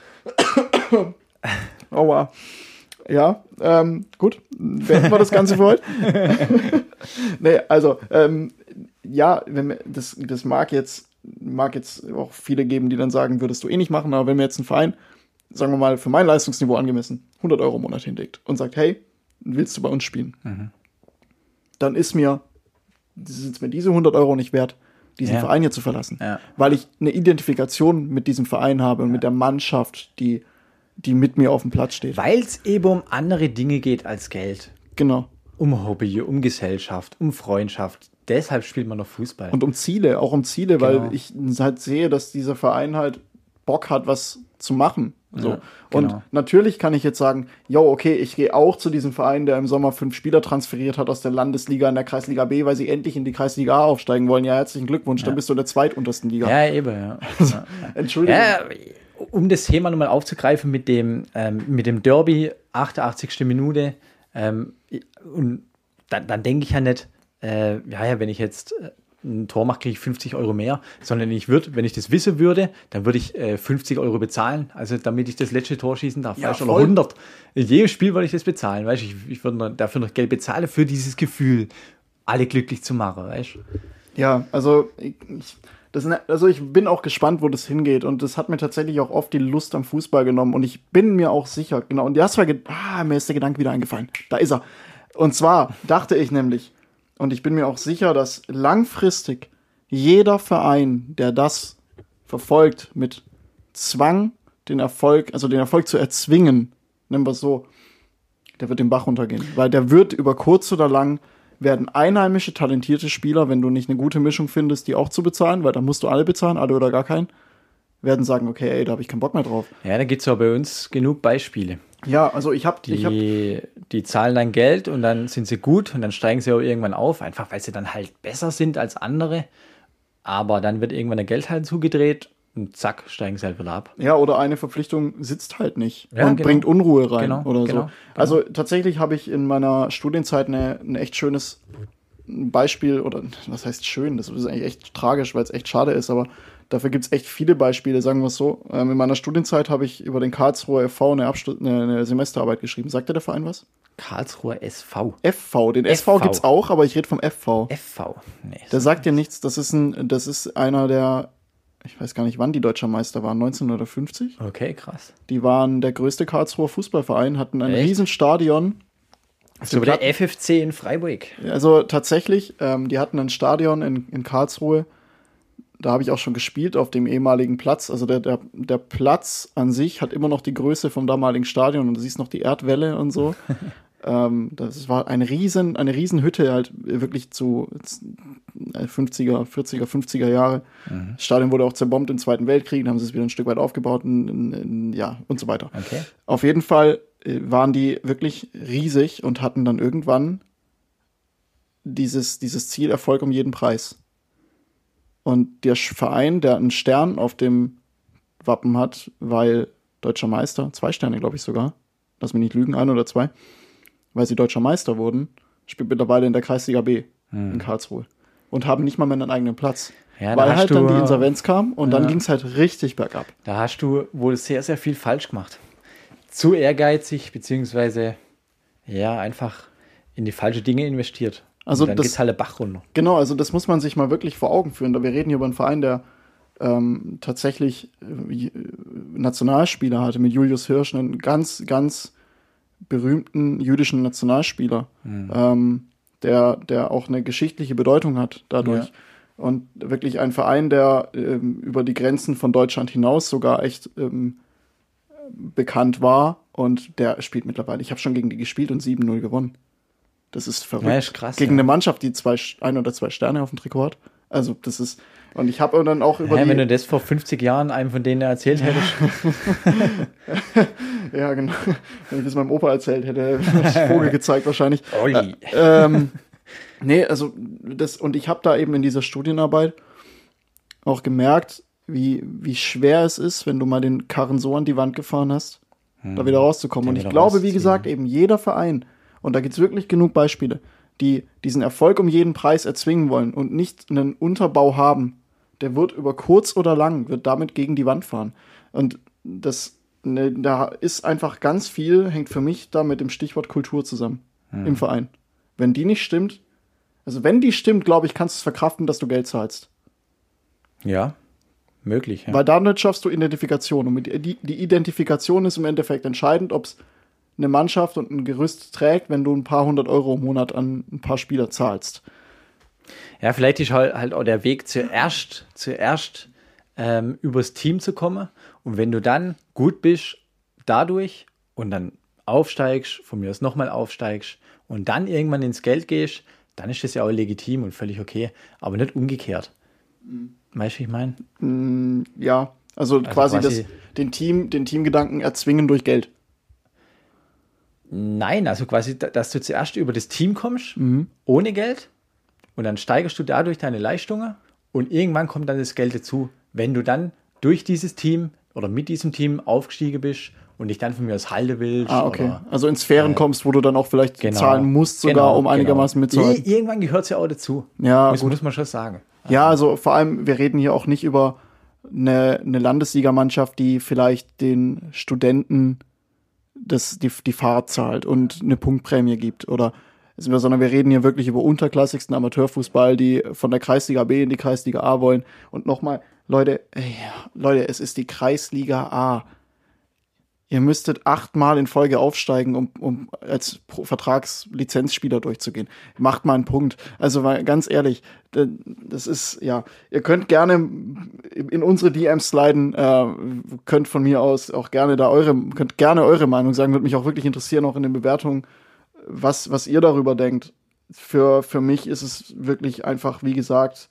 Aua. Ja, ähm, gut, beenden wir das Ganze für heute. Nee, also, ähm, ja, wenn wir, das, das mag jetzt, mag jetzt auch viele geben, die dann sagen, würdest du eh nicht machen, aber wenn mir jetzt ein Verein, sagen wir mal, für mein Leistungsniveau angemessen, hundert Euro im Monat hinlegt und sagt, hey, willst du bei uns spielen? Mhm. Dann ist mir, sind mir diese hundert Euro nicht wert, diesen ja. Verein hier zu verlassen. Ja. Weil ich eine Identifikation mit diesem Verein habe und ja. mit der Mannschaft, die die mit mir auf dem Platz steht. Weil es eben um andere Dinge geht als Geld. Genau. Um Hobby, um Gesellschaft, um Freundschaft. Deshalb spielt man noch Fußball. Und um Ziele, auch um Ziele, genau. Weil ich halt sehe, dass dieser Verein halt Bock hat, was zu machen. So. Ja, genau. Und natürlich kann ich jetzt sagen, jo, okay, ich gehe auch zu diesem Verein, der im Sommer fünf Spieler transferiert hat aus der Landesliga in der Kreisliga B, weil sie endlich in die Kreisliga A aufsteigen wollen. Ja, herzlichen Glückwunsch, ja. Dann bist du in der zweituntersten Liga. Ja, eben, ja. Also, Entschuldigung. Ja, um das Thema nochmal aufzugreifen mit dem, ähm, mit dem Derby, achtundachtzigste Minute, ähm, und dann, dann denke ich ja nicht, äh, ja, ja, wenn ich jetzt ein Tor mache, kriege ich fünfzig Euro mehr, sondern ich würde, wenn ich das wissen würde, dann würde ich äh, fünfzig Euro bezahlen, also damit ich das letzte Tor schießen darf, ja, weißt du, oder hundert. In jedem Spiel würde ich das bezahlen, weißt du, ich, ich würde dafür noch Geld bezahlen, für dieses Gefühl, alle glücklich zu machen, weißt du. Ja, also ich, das, also ich bin auch gespannt, wo das hingeht, und das hat mir tatsächlich auch oft die Lust am Fußball genommen, und ich bin mir auch sicher, genau, und das war, ah, mir ist der Gedanke wieder eingefallen, da ist er. Und zwar dachte ich nämlich, und ich bin mir auch sicher, dass langfristig jeder Verein, der das verfolgt, mit Zwang den Erfolg, also den Erfolg zu erzwingen, nennen wir es so, der wird den Bach runtergehen. Weil der wird über kurz oder lang, werden einheimische, talentierte Spieler, wenn du nicht eine gute Mischung findest, die auch zu bezahlen, weil da musst du alle bezahlen, alle oder gar keinen, werden sagen, okay, ey, da habe ich keinen Bock mehr drauf. Ja, da gibt es ja bei uns genug Beispiele. Ja, also ich habe die, ich hab die zahlen dann Geld und dann sind sie gut und dann steigen sie auch irgendwann auf, einfach weil sie dann halt besser sind als andere. Aber dann wird irgendwann der Geld halt zugedreht und zack, steigen sie halt wieder ab. Ja, oder eine Verpflichtung sitzt halt nicht ja, und genau. bringt Unruhe rein genau, oder so. Genau, genau. Also tatsächlich habe ich in meiner Studienzeit eine, ein echt schönes Beispiel, oder was heißt schön, das ist eigentlich echt tragisch, weil es echt schade ist, aber dafür gibt es echt viele Beispiele, sagen wir es so. Ähm, in meiner Studienzeit habe ich über den Karlsruher F V eine, Abschluss, eine, eine Semesterarbeit geschrieben. Sagt dir der Verein was? Karlsruher S V. F V, den F V, S V gibt's auch, aber ich rede vom F V. F V, nee. Der sagt dir nichts, das ist, ein, das ist einer der, ich weiß gar nicht, wann die Deutscher Meister waren, neunzehnhundertfünfzig? Okay, krass. Die waren der größte Karlsruher Fußballverein, hatten ein Echt? Riesenstadion. So wie der F F C in Freiburg. Also tatsächlich, ähm, die hatten ein Stadion in, in Karlsruhe. Da habe ich auch schon gespielt auf dem ehemaligen Platz. Also der, der, der Platz an sich hat immer noch die Größe vom damaligen Stadion, und du siehst noch die Erdwelle und so. ähm, das war eine riesen, eine riesen Hütte, halt wirklich zu fünfziger, vierziger, fünfziger Jahre. Mhm. Das Stadion wurde auch zerbombt im Zweiten Weltkrieg, dann haben sie es wieder ein Stück weit aufgebaut, in, in, in, ja, und so weiter. Okay. Auf jeden Fall waren die wirklich riesig und hatten dann irgendwann dieses, dieses Ziel Erfolg um jeden Preis. Und der Verein, der einen Stern auf dem Wappen hat, weil Deutscher Meister, zwei Sterne, glaube ich sogar, lass mich nicht lügen, ein oder zwei, weil sie Deutscher Meister wurden, spielt mittlerweile in der Kreisliga B hm. in Karlsruhe und haben nicht mal mehr einen eigenen Platz. Ja, da weil hast halt du, dann die Insolvenz kam und ja. dann ging es halt richtig bergab. Da hast du wohl sehr, sehr viel falsch gemacht. Zu ehrgeizig, beziehungsweise ja, einfach in die falschen Dinge investiert. Also und dann das- geht's halt der Bach runter. Genau, also das muss man sich mal wirklich vor Augen führen. Wir reden hier über einen Verein, der ähm, tatsächlich äh, Nationalspieler hatte, mit Julius Hirsch, einen ganz, ganz berühmten jüdischen Nationalspieler, Mhm. ähm, der, der auch eine geschichtliche Bedeutung hat dadurch. Ja. Und wirklich ein Verein, der ähm, über die Grenzen von Deutschland hinaus sogar echt ähm, bekannt war. Und der spielt mittlerweile. Ich habe schon gegen die gespielt und sieben null gewonnen. Das ist verrückt. Ja, ist krass, gegen ja. eine Mannschaft, die zwei, ein oder zwei Sterne auf dem Trikot hat. Also das ist, und ich habe dann auch über Ja, die... wenn du das vor fünfzig Jahren einem von denen erzählt hättest. Ja, genau. Wenn ich das meinem Opa erzählt hätte, hätte ich Vogel gezeigt wahrscheinlich. Olli. Äh, ähm, nee, also das, und ich habe da eben in dieser Studienarbeit auch gemerkt, wie, wie schwer es ist, wenn du mal den Karren so an die Wand gefahren hast, hm. da wieder rauszukommen. Den Und ich wieder glaube, wie rausziehen. gesagt, eben jeder Verein, und da gibt es wirklich genug Beispiele, die diesen Erfolg um jeden Preis erzwingen wollen und nicht einen Unterbau haben, der wird über kurz oder lang, wird damit gegen die Wand fahren. Und das, ne, da ist einfach ganz viel, hängt für mich da mit dem Stichwort Kultur zusammen Hm. im Verein. Wenn die nicht stimmt, also wenn die stimmt, glaube ich, kannst du es verkraften, dass du Geld zahlst. Ja, möglich. Ja. Weil damit schaffst du Identifikation. Und mit, die, die Identifikation ist im Endeffekt entscheidend, ob es eine Mannschaft und ein Gerüst trägt, wenn du ein paar hundert Euro im Monat an ein paar Spieler zahlst. Ja, vielleicht ist halt, halt auch der Weg zuerst, zuerst ähm, übers Team zu kommen. Und wenn du dann gut bist, dadurch und dann aufsteigst, von mir aus nochmal aufsteigst und dann irgendwann ins Geld gehst, dann ist das ja auch legitim und völlig okay. Aber nicht umgekehrt. Mhm. Weißt du, wie ich meine? Mm, ja, also, also quasi, quasi das, den, Team, den Teamgedanken erzwingen durch Geld. Nein, also quasi, dass du zuerst über das Team kommst, Mhm. ohne Geld, und dann steigerst du dadurch deine Leistungen und irgendwann kommt dann das Geld dazu. Wenn du dann durch dieses Team oder mit diesem Team aufgestiegen bist und dich dann von mir aus halten willst. Ah, okay. Oder, also in Sphären äh, kommst, wo du dann auch vielleicht genau, zahlen musst, sogar, genau, um einigermaßen genau. mitzuhalten. Ir- Irgendwann gehört es ja auch dazu. Ja, muss, gut. muss man schon sagen. Ja, also vor allem, wir reden hier auch nicht über eine, eine Landesligamannschaft, die vielleicht den Studenten das, die, die Fahrt zahlt und eine Punktprämie gibt. Oder, sondern wir reden hier wirklich über unterklassigsten Amateurfußball, die von der Kreisliga B in die Kreisliga A wollen. Und nochmal, Leute, ey, Leute, es ist die Kreisliga A. Ihr müsstet achtmal in Folge aufsteigen, um, um als Vertragslizenzspieler durchzugehen. Macht mal einen Punkt. Also weil, ganz ehrlich, das ist, ja, ihr könnt gerne in unsere D Ms sliden, äh, könnt von mir aus auch gerne da eure, könnt gerne eure Meinung sagen, würde mich auch wirklich interessieren, auch in den Bewertungen, was, was ihr darüber denkt. Für, für mich ist es wirklich einfach, wie gesagt,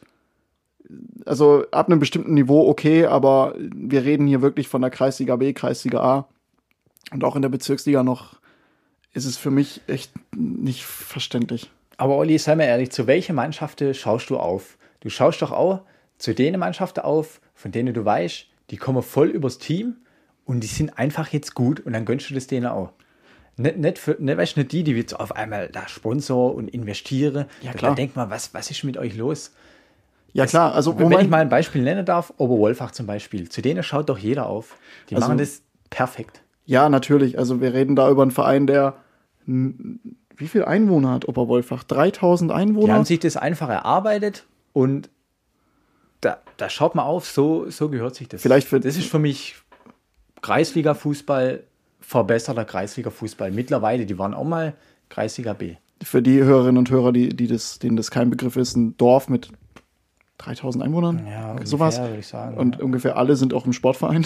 also ab einem bestimmten Niveau okay, aber wir reden hier wirklich von der Kreisliga B, Kreisliga A. Und auch in der Bezirksliga noch ist es für mich echt nicht verständlich. Aber Olli, sei mal ehrlich, zu welchen Mannschaften schaust du auf? Du schaust doch auch zu den Mannschaften auf, von denen du weißt, die kommen voll übers Team und die sind einfach jetzt gut und dann gönnst du das denen auch. Nicht, nicht, für, nicht, weißt, nicht die, die jetzt auf einmal da Sponsor und investiere. Ja, klar. Da denkt man, was, was ist mit euch los? Ja, das, klar. Also, wenn Moment. ich mal ein Beispiel nennen darf, Oberwolfach zum Beispiel, zu denen schaut doch jeder auf. Die Also, machen das perfekt. Ja, natürlich. Also wir reden da über einen Verein, der wie viel Einwohner hat Oberwolfach? dreitausend Einwohner? Die haben sich das einfach erarbeitet und da, da schaut man auf, so, so gehört sich das. Vielleicht für, das ist für mich Kreisliga-Fußball, verbesserter Kreisliga-Fußball. Mittlerweile, die waren auch mal Kreisliga B. Für die Hörerinnen und Hörer, die, die das, denen das kein Begriff ist, ein Dorf mit dreitausend Einwohnern, ja, ungefähr, sowas. Würde ich sagen, und ja. ungefähr alle sind auch im Sportverein.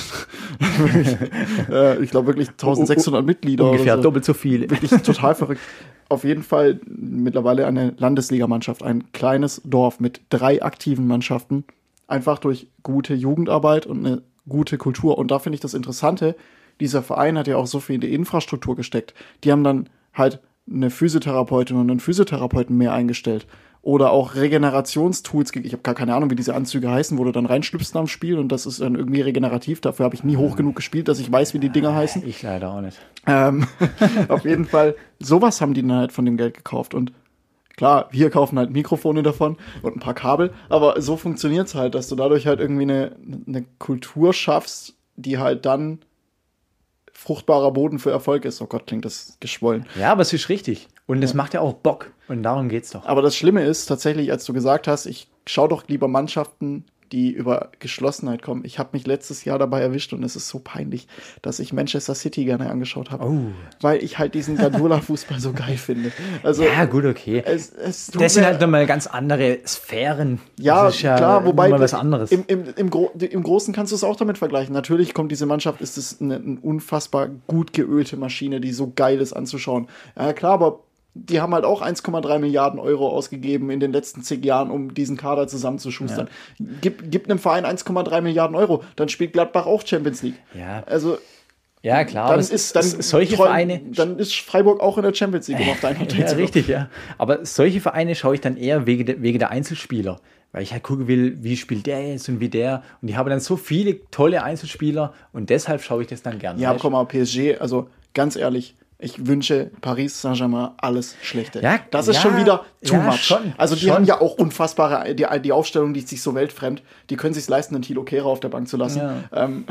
Ich glaube wirklich eintausendsechshundert Mitglieder. Ungefähr oder so. doppelt so viele. Wirklich total verrückt. Auf jeden Fall mittlerweile eine Landesligamannschaft, ein kleines Dorf mit drei aktiven Mannschaften, einfach durch gute Jugendarbeit und eine gute Kultur. Und da finde ich das Interessante, dieser Verein hat ja auch so viel in die Infrastruktur gesteckt. Die haben dann halt eine Physiotherapeutin und einen Physiotherapeuten mehr eingestellt. Oder auch Regenerationstools. Ich habe gar keine Ahnung, wie diese Anzüge heißen, wo du dann reinschlüpfst nach dem Spiel und das ist dann irgendwie regenerativ. Dafür habe ich nie hoch genug gespielt, dass ich weiß, wie die Dinger heißen. Ich leider auch nicht. Ähm, auf jeden Fall, sowas haben die dann halt von dem Geld gekauft. Und Klar, wir kaufen halt Mikrofone davon und ein paar Kabel, aber so funktioniert's halt, dass du dadurch halt irgendwie eine, eine Kultur schaffst, die halt dann fruchtbarer Boden für Erfolg ist. Oh Gott, klingt das geschwollen. Ja, aber es ist richtig. Und es ja. macht ja auch Bock. Und darum geht's doch. Aber das Schlimme ist tatsächlich, als du gesagt hast, ich schaue doch lieber Mannschaften, die über Geschlossenheit kommen. Ich habe mich letztes Jahr dabei erwischt und es ist so peinlich, dass ich Manchester City gerne angeschaut habe. Oh. Weil ich halt diesen Guardiola-Fußball so geil finde. Also, ja, gut, okay. Es, es das sind halt nochmal ganz andere Sphären. Ja, das ist ja klar, wobei mal was anderes. Im, im, im, Gro- im Großen kannst du es auch damit vergleichen. Natürlich kommt diese Mannschaft, ist es eine, eine unfassbar gut geölte Maschine, die so geil ist anzuschauen. Ja, klar, aber die haben halt auch eins Komma drei Milliarden Euro ausgegeben in den letzten zig Jahren, um diesen Kader zusammenzuschustern. Ja. Gib, gib einem Verein eins Komma drei Milliarden Euro, dann spielt Gladbach auch Champions League. Ja. Also, ja, klar. Dann ist, dann solche treu, Vereine. Dann ist Freiburg auch in der Champions League, um auf deinen Hotel ja, zu kommen. richtig, ja. Aber solche Vereine schaue ich dann eher wegen der, wegen der Einzelspieler. Weil ich halt gucken will, wie spielt der jetzt und wie der. Und die haben dann so viele tolle Einzelspieler und deshalb schaue ich das dann gerne. Ja, komm mal, P S G, also ganz ehrlich, ich wünsche Paris Saint-Germain alles Schlechte. Ja, das ist ja, schon wieder too ja, much. Schon, also die schon. haben ja auch unfassbare, die, die Aufstellung, die ist sich so weltfremd, die können sich leisten, einen Thilo Kehrer auf der Bank zu lassen. Ja. Ähm,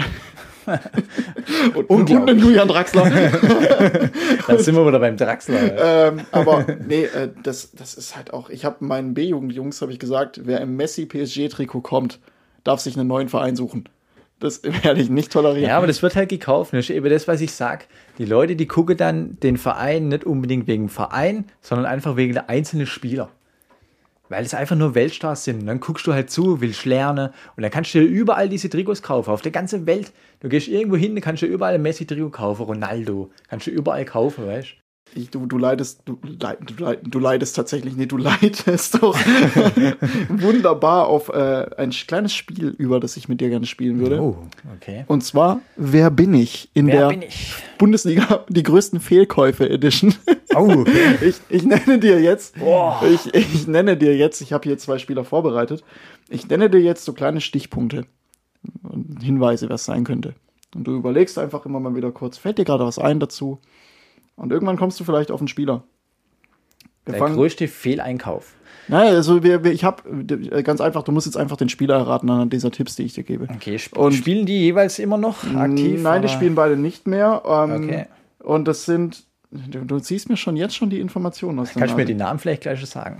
und, und einen Julian Draxler. Dann sind wir wieder beim Draxler. ähm, aber nee, äh, das, das ist halt auch, ich habe meinen B-Jugend-Jungs, habe ich gesagt, wer im Messi-P S G-Trikot kommt, darf sich einen neuen Verein suchen. Das werde ich nicht tolerieren. Ja, aber das wird halt gekauft. Das ist eben das, was ich sag. Die Leute, die gucken dann den Verein nicht unbedingt wegen dem Verein, sondern einfach wegen der einzelnen Spieler. Weil es einfach nur Weltstars sind. Und dann guckst du halt zu, willst lernen und dann kannst du dir überall diese Trikots kaufen, auf der ganzen Welt. Du gehst irgendwo hin, dann kannst du überall ein Messi-Trikot kaufen, Ronaldo. Kannst du überall kaufen, weißt du? Ich, du, du leidest, du, leid, du, leid, du leidest tatsächlich, nee, du leidest doch wunderbar auf äh, ein kleines Spiel über, das ich mit dir gerne spielen würde. Oh, okay. Und zwar, wer bin ich? In wer der bin ich? Bundesliga, die größten Fehlkäufe Edition. Oh, okay. ich, ich nenne dir jetzt, oh. ich, ich nenne dir jetzt, ich habe hier zwei Spieler vorbereitet, ich nenne dir jetzt so kleine Stichpunkte und Hinweise, was sein könnte. Und du überlegst einfach immer mal wieder kurz, fällt dir gerade was ein dazu? Und irgendwann kommst du vielleicht auf einen Spieler. Wir Der fangen, größte Fehleinkauf. Naja, also wir, wir, ich habe ganz einfach, du musst jetzt einfach den Spieler erraten anhand dieser Tipps, die ich dir gebe. Okay, sp- und spielen die jeweils immer noch aktiv? Nein, die oder? spielen beide nicht mehr. Ähm, Okay. Und das sind, du, du ziehst mir schon jetzt schon die Informationen aus. Kannst du mir die Namen vielleicht gleich schon sagen?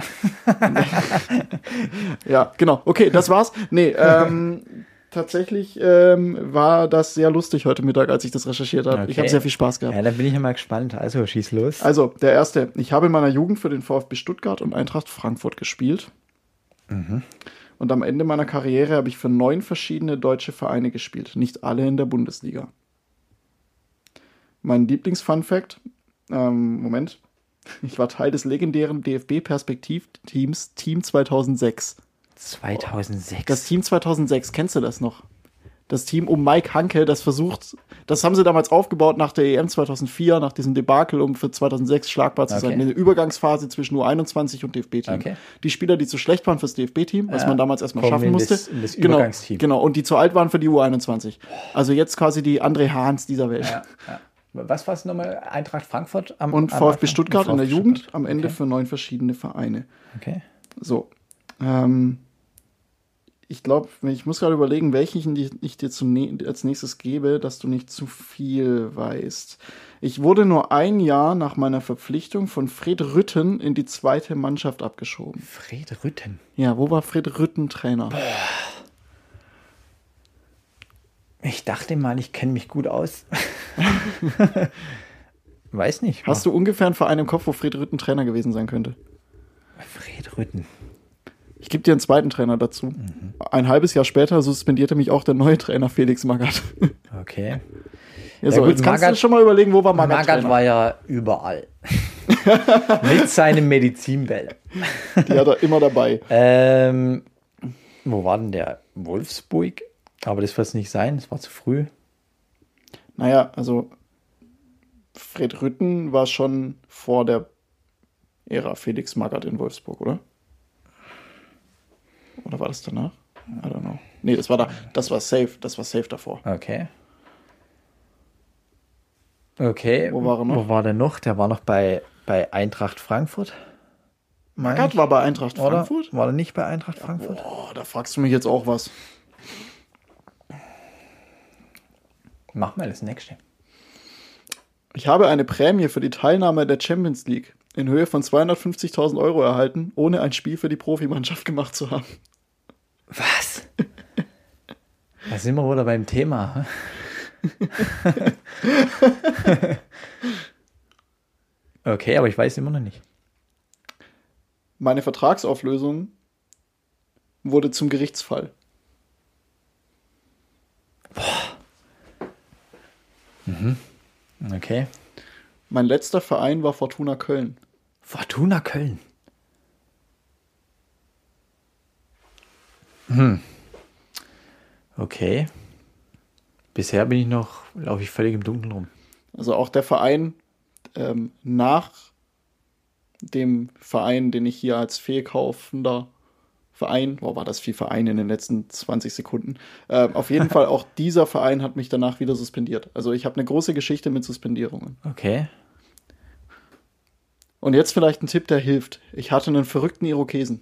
Ja, genau. Okay, das war's. Nee, ähm, tatsächlich ähm, war das sehr lustig heute Mittag, als ich das recherchiert habe. Okay. Ich habe sehr viel Spaß gehabt. Ja, dann bin ich ja mal gespannt. Also, schieß los. Also, der erste. Ich habe in meiner Jugend für den VfB Stuttgart und Eintracht Frankfurt gespielt. Mhm. Und am Ende meiner Karriere habe ich für neun verschiedene deutsche Vereine gespielt. Nicht alle in der Bundesliga. Mein Lieblings-Fun-Fact, ähm, Moment. Ich war Teil des legendären D F B-Perspektivteams Team zweitausendsechs. zweitausendsechs. Das Team zweitausendsechs, kennst du das noch? Das Team um Mike Hanke, das versucht, das haben sie damals aufgebaut nach der E M zweitausendvier, nach diesem Debakel, um für zweitausendsechs schlagbar zu Okay. sein. Eine Übergangsphase zwischen U einundzwanzig und D F B-Team. Okay. Die Spieler, die zu schlecht waren fürs D F B-Team, was Ja. man damals erstmal Kommen schaffen in musste. das- in das genau, Übergangsteam. genau, und die zu alt waren für die U einundzwanzig. Also jetzt quasi die André Hahns dieser Welt. Ja, ja. Was war es nochmal? Eintracht Frankfurt am Und am VfB Anfang? Stuttgart Und in der VfB Jugend, Stuttgart. am Ende Okay. für neun verschiedene Vereine. Okay. So. Ähm, ich glaube, ich muss gerade überlegen, welchen ich, ich dir zu ne- als nächstes gebe, dass du nicht zu viel weißt. Ich wurde nur ein Jahr nach meiner Verpflichtung von Fred Rütten in die zweite Mannschaft abgeschoben. Fred Rütten. Ja, wo war Fred Rütten Trainer? Ich dachte mal, ich kenne mich gut aus. Weiß nicht. Hast du ungefähr einen Verein im Kopf, wo Fred Rütten Trainer gewesen sein könnte? Fred Rütten. Ich gebe dir einen zweiten Trainer dazu. Mhm. Ein halbes Jahr später suspendierte mich auch der neue Trainer Felix Magath. Okay. Ja, so, gut, jetzt kannst du Magath- schon mal überlegen, wo war Magath, Magath Trainer? war ja überall. Mit seinem Medizinbell. Die hat er immer dabei. Ähm, wo war denn der? Wolfsburg? Aber das wird es nicht sein, das war zu früh. Naja, also Fred Rütten war schon vor der Ära Felix Magath in Wolfsburg, oder? Oder war das danach? I don't know. Nee, das war da, das war safe, das war safe davor. Okay. Okay. Wo war er noch? Wo war der noch? Der war noch bei, bei Eintracht Frankfurt. Magath war bei Eintracht Oder? Frankfurt? War er nicht bei Eintracht Frankfurt? Boah, da fragst du mich jetzt auch was. Mach mal das nächste. Ich habe eine Prämie für die Teilnahme der Champions League in Höhe von zweihundertfünfzigtausend Euro erhalten, ohne ein Spiel für die Profimannschaft gemacht zu haben. Was? Da sind wir wieder beim Thema. Okay, aber ich weiß immer noch nicht. Meine Vertragsauflösung wurde zum Gerichtsfall. Mhm. Okay. Mein letzter Verein war Fortuna Köln. Fortuna Köln. Hm. Okay. Bisher bin ich noch, laufe ich völlig im Dunkeln rum. Also auch der Verein ähm, nach dem Verein, den ich hier als fehlkaufender Verein, boah, war das viel Verein in den letzten zwanzig Sekunden. Äh, auf jeden Fall auch dieser Verein hat mich danach wieder suspendiert. Also ich habe eine große Geschichte mit Suspendierungen. Okay. Und jetzt vielleicht ein Tipp, der hilft. Ich hatte einen verrückten Irokesen.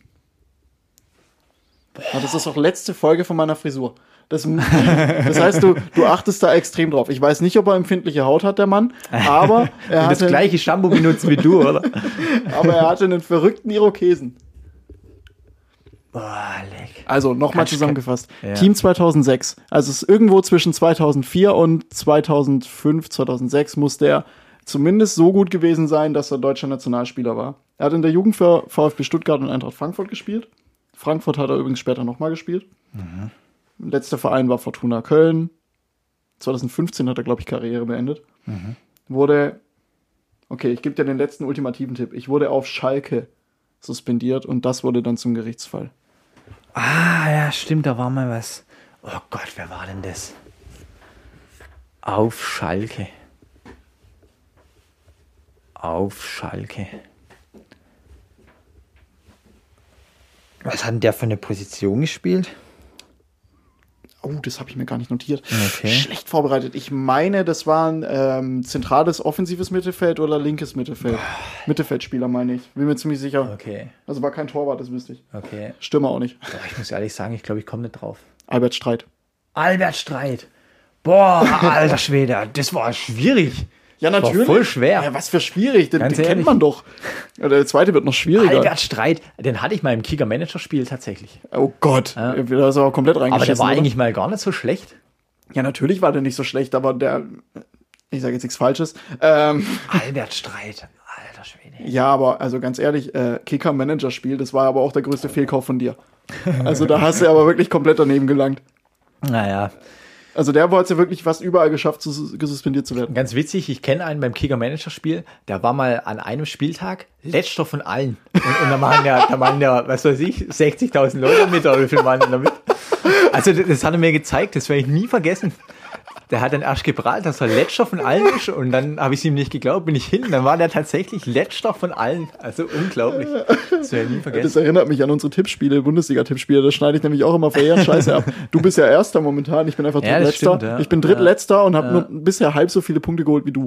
Ja, das ist auch letzte Folge von meiner Frisur. Das, das heißt, du, du achtest da extrem drauf. Ich weiß nicht, ob er empfindliche Haut hat, der Mann, aber er das hatte, gleiche Shampoo benutzt wie du, oder? aber er hatte einen verrückten Irokesen. Boah, leck. Also, nochmal Kannst- zusammengefasst. Ja. Team zweitausendsechs. Also, es ist irgendwo zwischen zweitausendvier und zweitausendfünf, zweitausendsechs muss der zumindest so gut gewesen sein, dass er deutscher Nationalspieler war. Er hat in der Jugend für VfB Stuttgart und Eintracht Frankfurt gespielt. Frankfurt hat er übrigens später nochmal gespielt. Mhm. Letzter Verein war Fortuna Köln. zweitausendfünfzehn hat er, glaube ich, Karriere beendet. Mhm. Wurde, okay, ich gebe dir den letzten ultimativen Tipp. Ich wurde auf Schalke suspendiert und das wurde dann zum Gerichtsfall. Ah, ja, stimmt, da war mal was. Oh Gott, wer war denn das? Auf Schalke. Auf Schalke. Was hat denn der für eine Position gespielt? Oh, das habe ich mir gar nicht notiert. Okay. Schlecht vorbereitet. Ich meine, das war ein ähm, zentrales offensives Mittelfeld oder linkes Mittelfeld. Mittelfeldspieler, meine ich. Bin mir ziemlich sicher. Okay, Also war kein Torwart, das wüsste ich. okay. Stürmer auch nicht. Boah, ich muss ehrlich sagen, ich glaube, ich komme nicht drauf. Albert Streit. Albert Streit. Boah, alter Schwede, das war schwierig. Ja, Das war voll schwer. Ja, was für schwierig. Den, den Ganz kennt ehrlich. man doch. Oder der zweite wird noch schwieriger. Albert Streit, den hatte ich mal im Kicker-Manager-Spiel tatsächlich. Oh Gott. Ja. Da ist er auch komplett Aber reingeschissen. der war oder? eigentlich mal gar nicht so schlecht. Ja, natürlich war der nicht so schlecht, aber der, ich sage jetzt nichts Falsches. Ähm, Albert Streit, alter Schwede. ja, aber also ganz ehrlich, äh, Kicker-Manager-Spiel, das war aber auch der größte Fehlkauf von dir. Also da hast du aber wirklich komplett daneben gelangt. Naja, Also der wollte es ja wirklich fast überall geschafft, zu, suspendiert zu werden. ganz witzig, ich kenne einen beim Kicker-Manager-Spiel, der war mal an einem Spieltag letzter von allen. Und, und da machen ja, da machen ja, was weiß ich, sechzigtausend Leute mit, oder wie viel waren denn da mit? Also das, das hat er mir gezeigt, das werde ich nie vergessen. Der hat dann erst geprahlt, dass er letzter von allen ist, und dann habe ich es ihm nicht geglaubt, bin ich hin, dann war der tatsächlich letzter von allen. Also unglaublich. Das werde ich nie Das vergessen. erinnert mich an unsere Tippspiele, Bundesliga-Tippspiele. Das schneide ich nämlich auch immer verheerend scheiße ab. Du bist ja Erster momentan, ich bin einfach Ja, das Drittletzter. stimmt, ja. Ich bin Drittletzter und habe Ja. nur bisher halb so viele Punkte geholt wie du.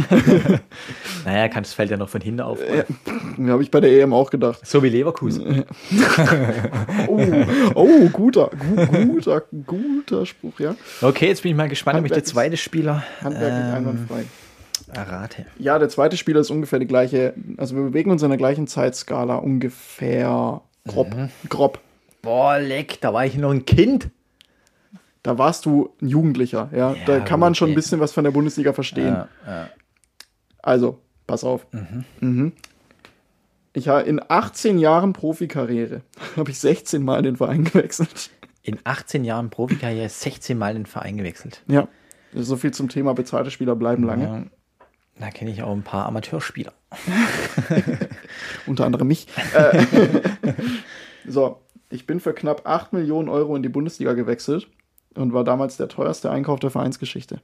Naja, kann das Feld ja noch von hinten auf. Ja, habe ich bei der E M auch gedacht. So wie Leverkusen. Oh, oh guter, gu guter, guter Spruch, ja. Okay, jetzt bin ich mal gespannt, ob ich der Handwerklich- zweite Spieler Handwerklich ähm, einwandfrei. errate. Ja, der zweite Spieler ist ungefähr die gleiche, also wir bewegen uns in der gleichen Zeitskala, ungefähr grob. Mhm. grob. Boah, leck, da war ich noch ein Kind. Da warst du ein Jugendlicher, ja. Ja, da kann man schon ein okay. bisschen was von der Bundesliga verstehen. Ja, ja. Also, pass auf. Mhm. Ich habe in achtzehn Jahren Profikarriere habe ich sechzehn Mal den Verein gewechselt. In achtzehn Jahren Profikarriere sechzehn Mal den Verein gewechselt. Ja, so viel zum Thema bezahlte Spieler bleiben lange. Ja, da kenne ich auch ein paar Amateurspieler. Unter anderem mich. Äh, so, ich bin für knapp acht Millionen Euro in die Bundesliga gewechselt und war damals der teuerste Einkauf der Vereinsgeschichte.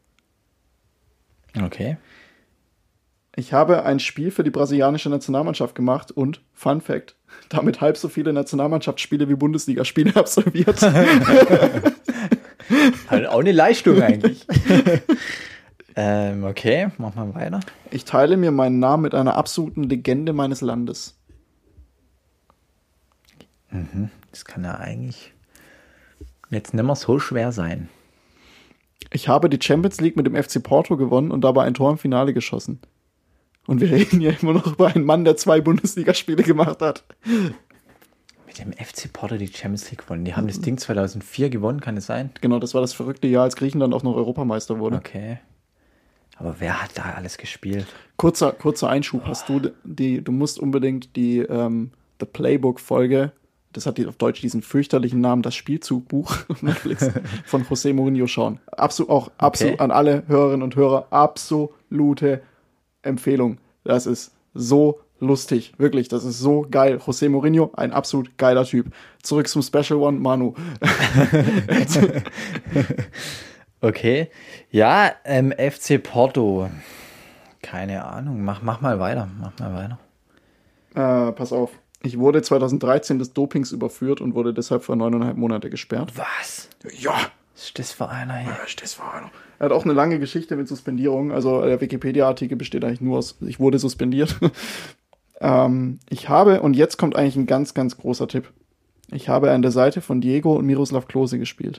Okay. Ich habe ein Spiel für die brasilianische Nationalmannschaft gemacht und, Fun Fact, damit halb so viele Nationalmannschaftsspiele wie Bundesligaspiele absolviert. Also auch eine Leistung eigentlich. ähm, okay, machen wir weiter. Ich teile mir meinen Namen mit einer absoluten Legende meines Landes. Mhm. Das kann ja eigentlich jetzt nicht mehr so schwer sein. Ich habe die Champions League mit dem F C Porto gewonnen und dabei ein Tor im Finale geschossen. Und wir reden ja immer noch über einen Mann, der zwei Bundesligaspiele gemacht hat. Mit dem F C Porto die Champions League gewonnen. Die haben das Ding zweitausendvier gewonnen, kann es sein? Genau, das war das verrückte Jahr, als Griechenland auch noch Europameister wurde. Okay. Aber wer hat da alles gespielt? Kurzer, kurzer Einschub, oh. hast du die, du musst unbedingt die ähm, The Playbook-Folge, das hat die, auf Deutsch diesen fürchterlichen Namen, das Spielzugbuch Netflix von José Mourinho schauen. Absolut, auch absolut okay. An alle Hörerinnen und Hörer, absolute Empfehlung. Das ist so lustig, wirklich, das ist so geil. José Mourinho, ein absolut geiler Typ. Zurück zum Special One, Manu. Okay, ja, ähm, F C Porto, keine Ahnung, mach, mach mal weiter, mach mal weiter. Äh, pass auf, ich wurde zweitausenddreizehn des Dopings überführt und wurde deshalb für neuneinhalb Monate gesperrt. Was? Ja. Was ist das für einer hier? Was ist das für einer? Er hat auch eine lange Geschichte mit Suspendierung, also der Wikipedia-Artikel besteht eigentlich nur aus, ich wurde suspendiert. ähm, ich habe, und jetzt kommt eigentlich ein ganz, ganz großer Tipp, ich habe an der Seite von Diego und Miroslav Klose gespielt.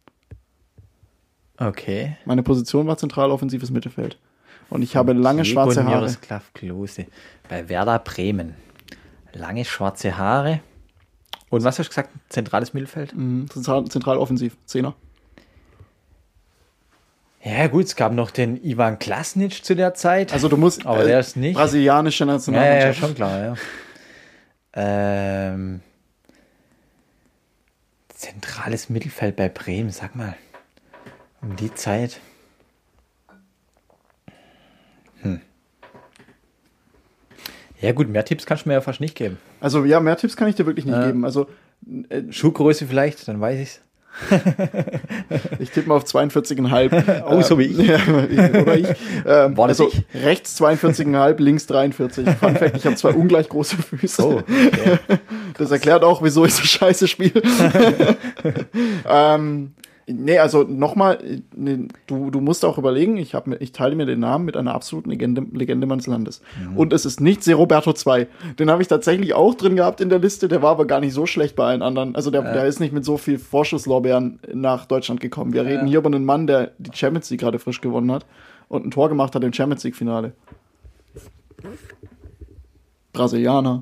Okay. Meine Position war zentral offensives Mittelfeld. Und ich habe lange Diego schwarze Haare. Miroslav Klose bei Werder Bremen. Lange schwarze Haare. Und was hast du gesagt? Zentrales Mittelfeld? Mhm, zentral, zentral offensiv. Zehner. Ja gut, es gab noch den Ivan Klasnic zu der Zeit. Also du musst, aber äh, der ist nicht. Brasilianische Nationalmannschaft. Ja, ja, schon klar, ja. Ähm, zentrales Mittelfeld bei Bremen, sag mal. Um die Zeit. Hm. Ja gut, mehr Tipps kannst du mir ja fast nicht geben. Also ja, mehr Tipps kann ich dir wirklich nicht äh, geben. Also äh, Schuhgröße vielleicht, dann weiß ich's. Ich tippe mal auf zweiundvierzig Komma fünf. Oh, so wie ich. Ja, oder ich. Ähm, War das also ich? Rechts zweiundvierzig Komma fünf, links dreiundvierzig. Fun Fact, ich habe zwei ungleich große Füße. Oh, okay. Das erklärt auch, wieso ich so scheiße spiele. ähm, nee, also nochmal, nee, du, du musst auch überlegen, ich, hab, ich teile mir den Namen mit einer absoluten Legende, Legende meines Landes. Mhm. Und es ist nicht Seroberto zwei. Den habe ich tatsächlich auch drin gehabt in der Liste, der war aber gar nicht so schlecht bei allen anderen. Also der, äh. der ist nicht mit so viel Vorschusslorbeeren nach Deutschland gekommen. Wir äh. reden hier über einen Mann, der die Champions League gerade frisch gewonnen hat und ein Tor gemacht hat im Champions League-Finale. Brasilianer.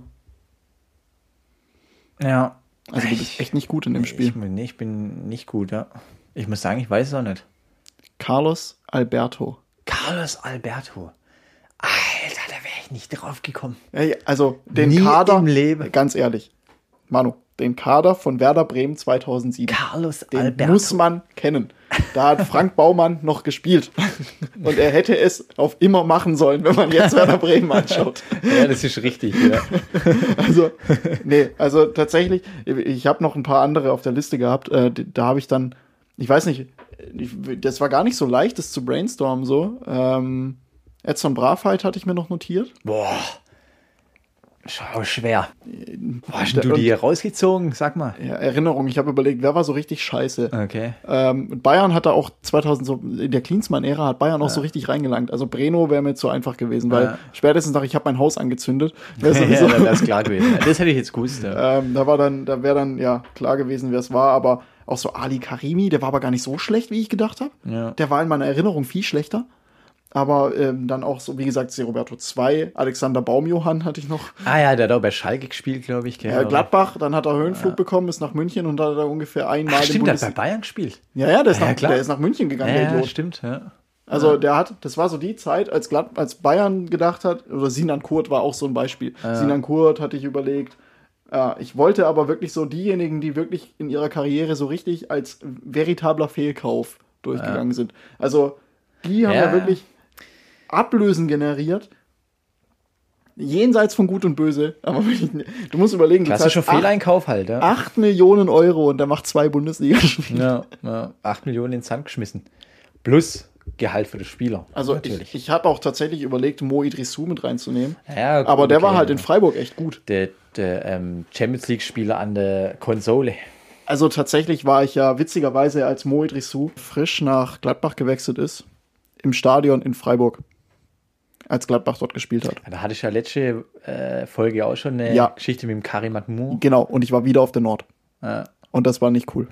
Ja. Also du bist echt nicht gut in dem nee, Spiel. Ich, nee, ich bin nicht gut, ja. Ich muss sagen, ich weiß es auch nicht. Carlos Alberto. Carlos Alberto. Alter, da wäre ich nicht drauf gekommen. Also den Nie Kader, im Leben. Ganz ehrlich, Manu, den Kader von Werder Bremen zweitausendsieben. Carlos den Alberto. muss man kennen. Da hat Frank Baumann noch gespielt. Und er hätte es auf immer machen sollen, wenn man jetzt Werder Bremen anschaut. Ja, das ist richtig, ja. Also, nee, also tatsächlich, ich habe noch ein paar andere auf der Liste gehabt. Äh, da habe ich dann, ich weiß nicht, das war gar nicht so leicht, das zu brainstormen so. Ähm, Edson Bravheit hatte ich mir noch notiert. Boah. Schau, schwer. Wo hast du die hier rausgezogen? Sag mal. Ja, Erinnerung. Ich habe überlegt, wer war so richtig scheiße. Okay. Ähm, Bayern hatte auch zweitausend, so in der Klinsmann-Ära hat Bayern auch ja. so richtig reingelangt. Also Breno wäre mir zu einfach gewesen, weil ja. spätestens dachte ich, habe mein Haus angezündet. Ja, sowieso, ja, das ist klar gewesen. Das hätte ich jetzt gewusst. Ja. Ähm, da war dann, da wäre dann ja klar gewesen, wer es war. Aber auch so Ali Karimi, der war aber gar nicht so schlecht, wie ich gedacht habe. Ja. Der war in meiner Erinnerung viel schlechter. Aber ähm, dann auch so, wie gesagt, Seroberto zwei, Alexander Baumjohann hatte ich noch. Ah ja, der hat auch bei Schalke gespielt, glaube ich. Ja, Gladbach, dann hat er Höhenflug ja. bekommen, ist nach München und hat er ungefähr einmal Ach, den stimmt, Bundes- der hat bei Bayern gespielt. Ja, ja, der ist, ja, nach, ja, klar. der ist nach München gegangen, ja, der Idiot. Ja, stimmt, ja. Also ja. der hat, das war so die Zeit, als, Glad, als Bayern gedacht hat, oder Sinan Kurt war auch so ein Beispiel. Ja. Sinan Kurt hatte ich überlegt. Ja, ich wollte aber wirklich so diejenigen, die wirklich in ihrer Karriere so richtig als veritabler Fehlkauf durchgegangen ja. sind. Also die haben ja, ja wirklich Ablösen generiert. Jenseits von Gut und Böse. Aber du musst überlegen, du klassischer Fehleinkauf halt. Ja. acht Millionen Euro und der macht zwei Bundesligaspiele. Ja, ja, acht Millionen ins Sand geschmissen. Plus Gehalt für den Spieler. Also natürlich. Ich, ich habe auch tatsächlich überlegt, Mo Idrissou mit reinzunehmen. Ja, gut, aber der okay, war halt ja. in Freiburg echt gut. Der, der ähm, Champions League-Spieler an der Konsole. Also tatsächlich war ich ja witzigerweise, als Mo Idrissou frisch nach Gladbach gewechselt ist, im Stadion in Freiburg. als Gladbach dort gespielt hat. Da hatte ich ja letzte äh, Folge auch schon eine Ja. Geschichte mit dem Karim Admour. Genau, und ich war wieder auf der Nord. Ja. Und das war nicht cool.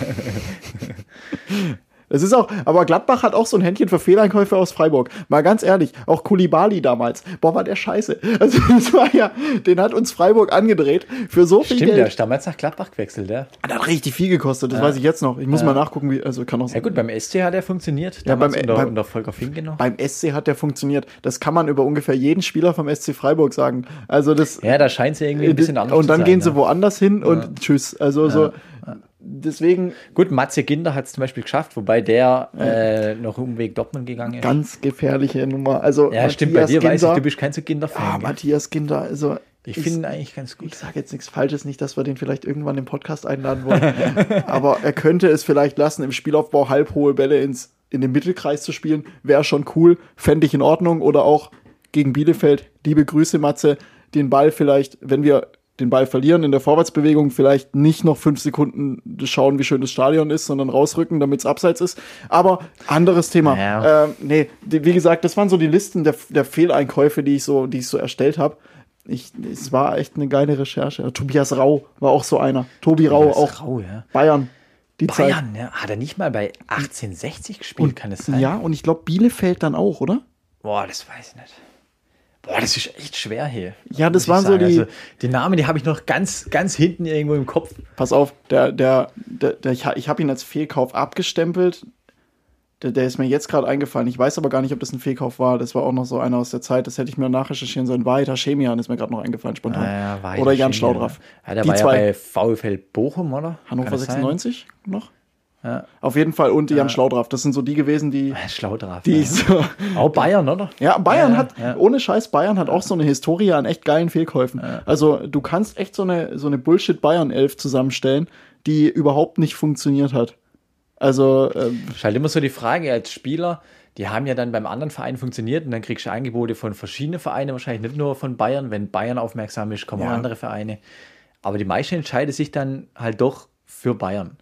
Es ist auch, aber Gladbach hat auch so ein Händchen für Fehleinkäufe aus Freiburg. Mal ganz ehrlich, auch Koulibaly damals. Boah, war der scheiße. Also, das war ja, den hat uns Freiburg angedreht für so viel Stimmt, Geld. der ist damals nach Gladbach gewechselt, ja. Der hat richtig viel gekostet, das Ja. weiß ich jetzt noch. Ich muss Ja. mal nachgucken, wie, also kann auch Ja gut, beim S C hat er funktioniert. Ja, Damals beim- unter, beim- unter Volker Finke noch. Beim S C hat der funktioniert. Das kann man über ungefähr jeden Spieler vom S C Freiburg sagen. Also das. Ja, da scheint sie irgendwie ein bisschen anders Und dann zu sein, gehen sie ja. woanders hin und tschüss. Also so. Deswegen Gut, Matze Ginter hat es zum Beispiel geschafft, wobei der äh, noch Umweg Dortmund gegangen ist. ganz gefährliche Nummer. Also Ja, stimmt, bei dir Ginter, weiß ich, du bist kein so Ah, Ginter-Fan. gell? Matthias Ginter, also ich finde ihn eigentlich ganz gut. ich sage jetzt nichts Falsches, nicht, dass wir den vielleicht irgendwann im Podcast einladen wollen. Aber er könnte es vielleicht lassen, im Spielaufbau halbhohe Bälle ins, in den Mittelkreis zu spielen. Wäre schon cool, fände ich in Ordnung. Oder auch gegen Bielefeld, liebe Grüße, Matze, den Ball vielleicht, wenn wir den Ball verlieren in der Vorwärtsbewegung, vielleicht nicht noch fünf Sekunden schauen, wie schön das Stadion ist, sondern rausrücken, damit es abseits ist. Aber anderes Thema. Ja. Ähm, nee, die, wie gesagt, das waren so die Listen der, der Fehleinkäufe, die ich so, die ich so erstellt habe. Ich, es war echt eine geile Recherche. Tobias Rau war auch so einer. Tobi Rau, Das ist auch Rau, ja. Bayern. Die Zeit. Bayern, ja. Hat er nicht mal bei achtzehnhundertsechzig gespielt, kann es sein? Ja, und ich glaube Bielefeld dann auch, oder? Boah, das weiß ich nicht. Boah, das ist echt schwer hier. Ja, das muss ich waren so sagen. die- Also, die Namen, die habe ich noch ganz, ganz hinten irgendwo im Kopf. Pass auf, der, der, der, der ich, ha- ich habe ihn als Fehlkauf abgestempelt. Der, der ist mir jetzt gerade eingefallen. Ich weiß aber gar nicht, ob das ein Fehlkauf war. Das war auch noch so einer aus der Zeit. Das hätte ich mir nachrecherchieren sollen. Weiter Chemian ist mir gerade noch eingefallen, spontan. Ah, ja, Weiter oder Jan Chemian, Schlaudraff. Ja, der Die war zwei. ja bei VfL Bochum, oder? Hannover Kann das sein? sechsundneunzig noch? Ja. Auf jeden Fall. Und Jan Schlaudraff. Das sind so die gewesen, die, Ah, Schlaudraff. die ja. ich so. Auch Bayern, oder? Ja, Bayern Ja, hat, ja. ohne Scheiß, Bayern hat auch so eine Historie an echt geilen Fehlkäufen. Also, du kannst echt so eine, so eine Bullshit-Bayern-Elf zusammenstellen, die überhaupt nicht funktioniert hat. Also, ähm, Ist halt immer so die Frage als Spieler, die haben ja dann beim anderen Verein funktioniert und dann kriegst du Angebote von verschiedenen Vereinen, wahrscheinlich nicht nur von Bayern. Wenn Bayern aufmerksam ist, kommen Ja. auch andere Vereine. Aber die meisten entscheiden sich dann halt doch für Bayern.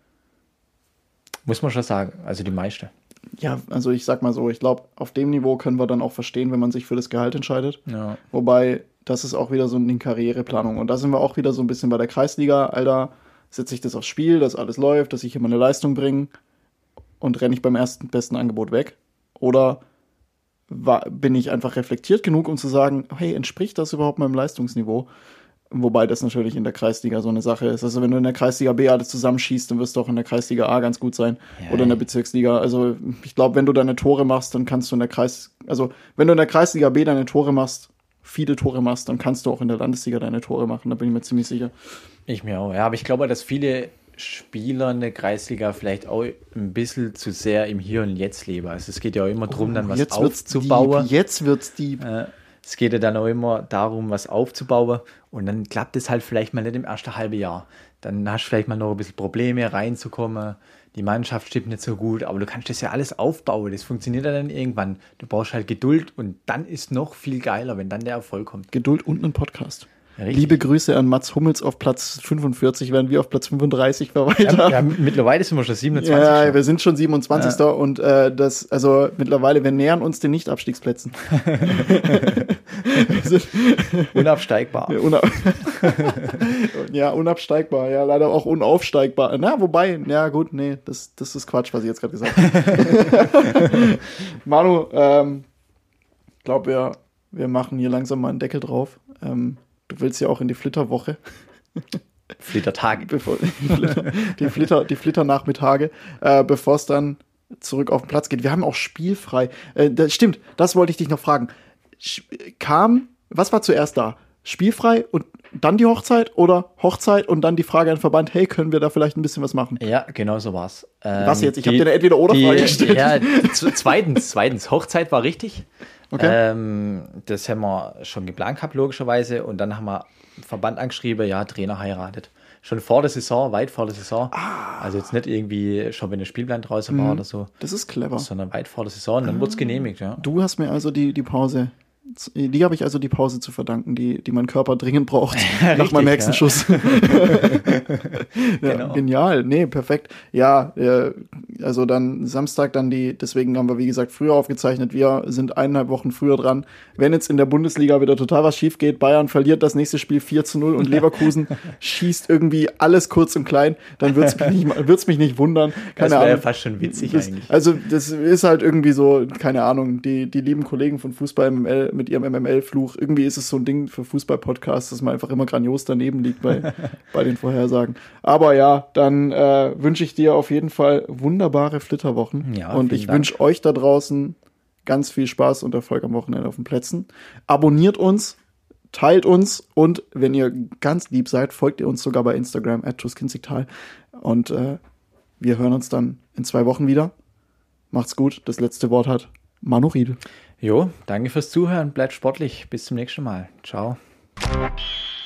Muss man schon sagen. Also die meisten. ja, also ich sag mal so, ich glaube, auf dem Niveau können wir dann auch verstehen, wenn man sich für das Gehalt entscheidet. Ja. Wobei, das ist auch wieder so eine Karriereplanung. Und da sind wir auch wieder so ein bisschen bei der Kreisliga. Alter, setze ich das aufs Spiel, dass alles läuft, dass ich hier meine Leistung bringe und renne ich beim ersten besten Angebot weg? Oder war, bin ich einfach reflektiert genug, um zu sagen, hey, entspricht das überhaupt meinem Leistungsniveau? Wobei das natürlich in der Kreisliga so eine Sache ist. Also wenn du in der Kreisliga B alles zusammenschießt, dann wirst du auch in der Kreisliga A ganz gut sein. Ja, Oder in der ja. Bezirksliga. Also ich glaube, wenn du deine Tore machst, dann kannst du in der Kreis... Also wenn du in der Kreisliga B deine Tore machst, viele Tore machst, dann kannst du auch in der Landesliga deine Tore machen. Da bin ich mir ziemlich sicher. Ich mir auch, ja. Aber ich glaube, dass viele Spieler in der Kreisliga vielleicht auch ein bisschen zu sehr im Hier und Jetzt leben. Also es geht ja auch immer darum, dann was Jetzt wird's aufzubauen. Deep. Jetzt wird's deep. Äh, Es geht ja dann auch immer darum, was aufzubauen. Und dann klappt es halt vielleicht mal nicht im ersten halben Jahr. Dann hast du vielleicht mal noch ein bisschen Probleme reinzukommen. Die Mannschaft stimmt nicht so gut, aber du kannst das ja alles aufbauen. Das funktioniert ja dann irgendwann. Du brauchst halt Geduld und dann ist noch viel geiler, wenn dann der Erfolg kommt. Geduld und einen Podcast. Richtig. Liebe Grüße an Mats Hummels auf Platz fünfundvierzig, während wir auf Platz fünfunddreißig weiter. Ja, ja, mittlerweile sind wir schon siebenundzwanzig. Ja, schon. wir sind schon siebenundzwanzig. Und äh, das, also mittlerweile, wir nähern uns den Nicht-Abstiegsplätzen. Wir sind Unabsteigbar. una ja, unabsteigbar, ja, leider auch unaufsteigbar. Na, wobei, ja gut, nee, das, das ist Quatsch, was ich jetzt gerade gesagt habe. Manu, ähm, ich glaube, wir, wir machen hier langsam mal einen Deckel drauf. Ähm, du willst ja auch in die Flitterwoche. Flittertag. Bevor, die Flitter, die Flitternachmittage, äh, bevor es dann zurück auf den Platz geht. Wir haben auch spielfrei. Äh, das stimmt, das wollte ich dich noch fragen. Sch kam, was war zuerst da? Spielfrei und dann die Hochzeit oder Hochzeit und dann die Frage an den Verband, hey, können wir da vielleicht ein bisschen was machen? Ja, genau so war's. Ähm, Was jetzt? Ich habe dir eine Entweder-Oder-Frage gestellt. Ja, z- zweitens, zweitens, Hochzeit war richtig. Okay. Ähm, das haben wir schon geplant gehabt, logischerweise. Und dann haben wir Verband angeschrieben, ja, Trainer heiratet. Schon vor der Saison, weit vor der Saison. Ah. Also jetzt nicht irgendwie schon, wenn der Spielplan draußen war oder so, Das ist clever. sondern weit vor der Saison. Dann wurde es genehmigt, ja. Du hast mir also die, die Pause Die habe ich also die Pause zu verdanken, die, die mein Körper dringend braucht, nach meinem Hexenschuss. Ja. Ja, genau. Genial, nee, perfekt. Ja, äh, also dann Samstag dann die, deswegen haben wir, wie gesagt, früher aufgezeichnet. Wir sind eineinhalb Wochen früher dran. Wenn jetzt in der Bundesliga wieder total was schief geht, Bayern verliert das nächste Spiel vier zu null und Leverkusen schießt irgendwie alles kurz und klein, dann wird's mich nicht, wird's mich nicht wundern. Keine das wäre ja Ahnung. fast schon witzig das, eigentlich. Also das ist halt irgendwie so, keine Ahnung, die, die lieben Kollegen von Fußball M M L mit ihrem M M L-Fluch. Irgendwie ist es so ein Ding für Fußball-Podcasts, dass man einfach immer grandios daneben liegt bei, bei den Vorhersagen. Aber ja, dann äh, wünsche ich dir auf jeden Fall wunderbare Flitterwochen. Ja, und ich Dank. wünsche euch da draußen ganz viel Spaß und Erfolg am Wochenende auf den Plätzen. Abonniert uns, teilt uns und wenn ihr ganz lieb seid, folgt ihr uns sogar bei Instagram at tuskinzigtal. Und äh, wir hören uns dann in zwei Wochen wieder. Macht's gut. Das letzte Wort hat Manu Riedel. Jo, danke fürs Zuhören. Bleibt sportlich. Bis zum nächsten Mal. Ciao.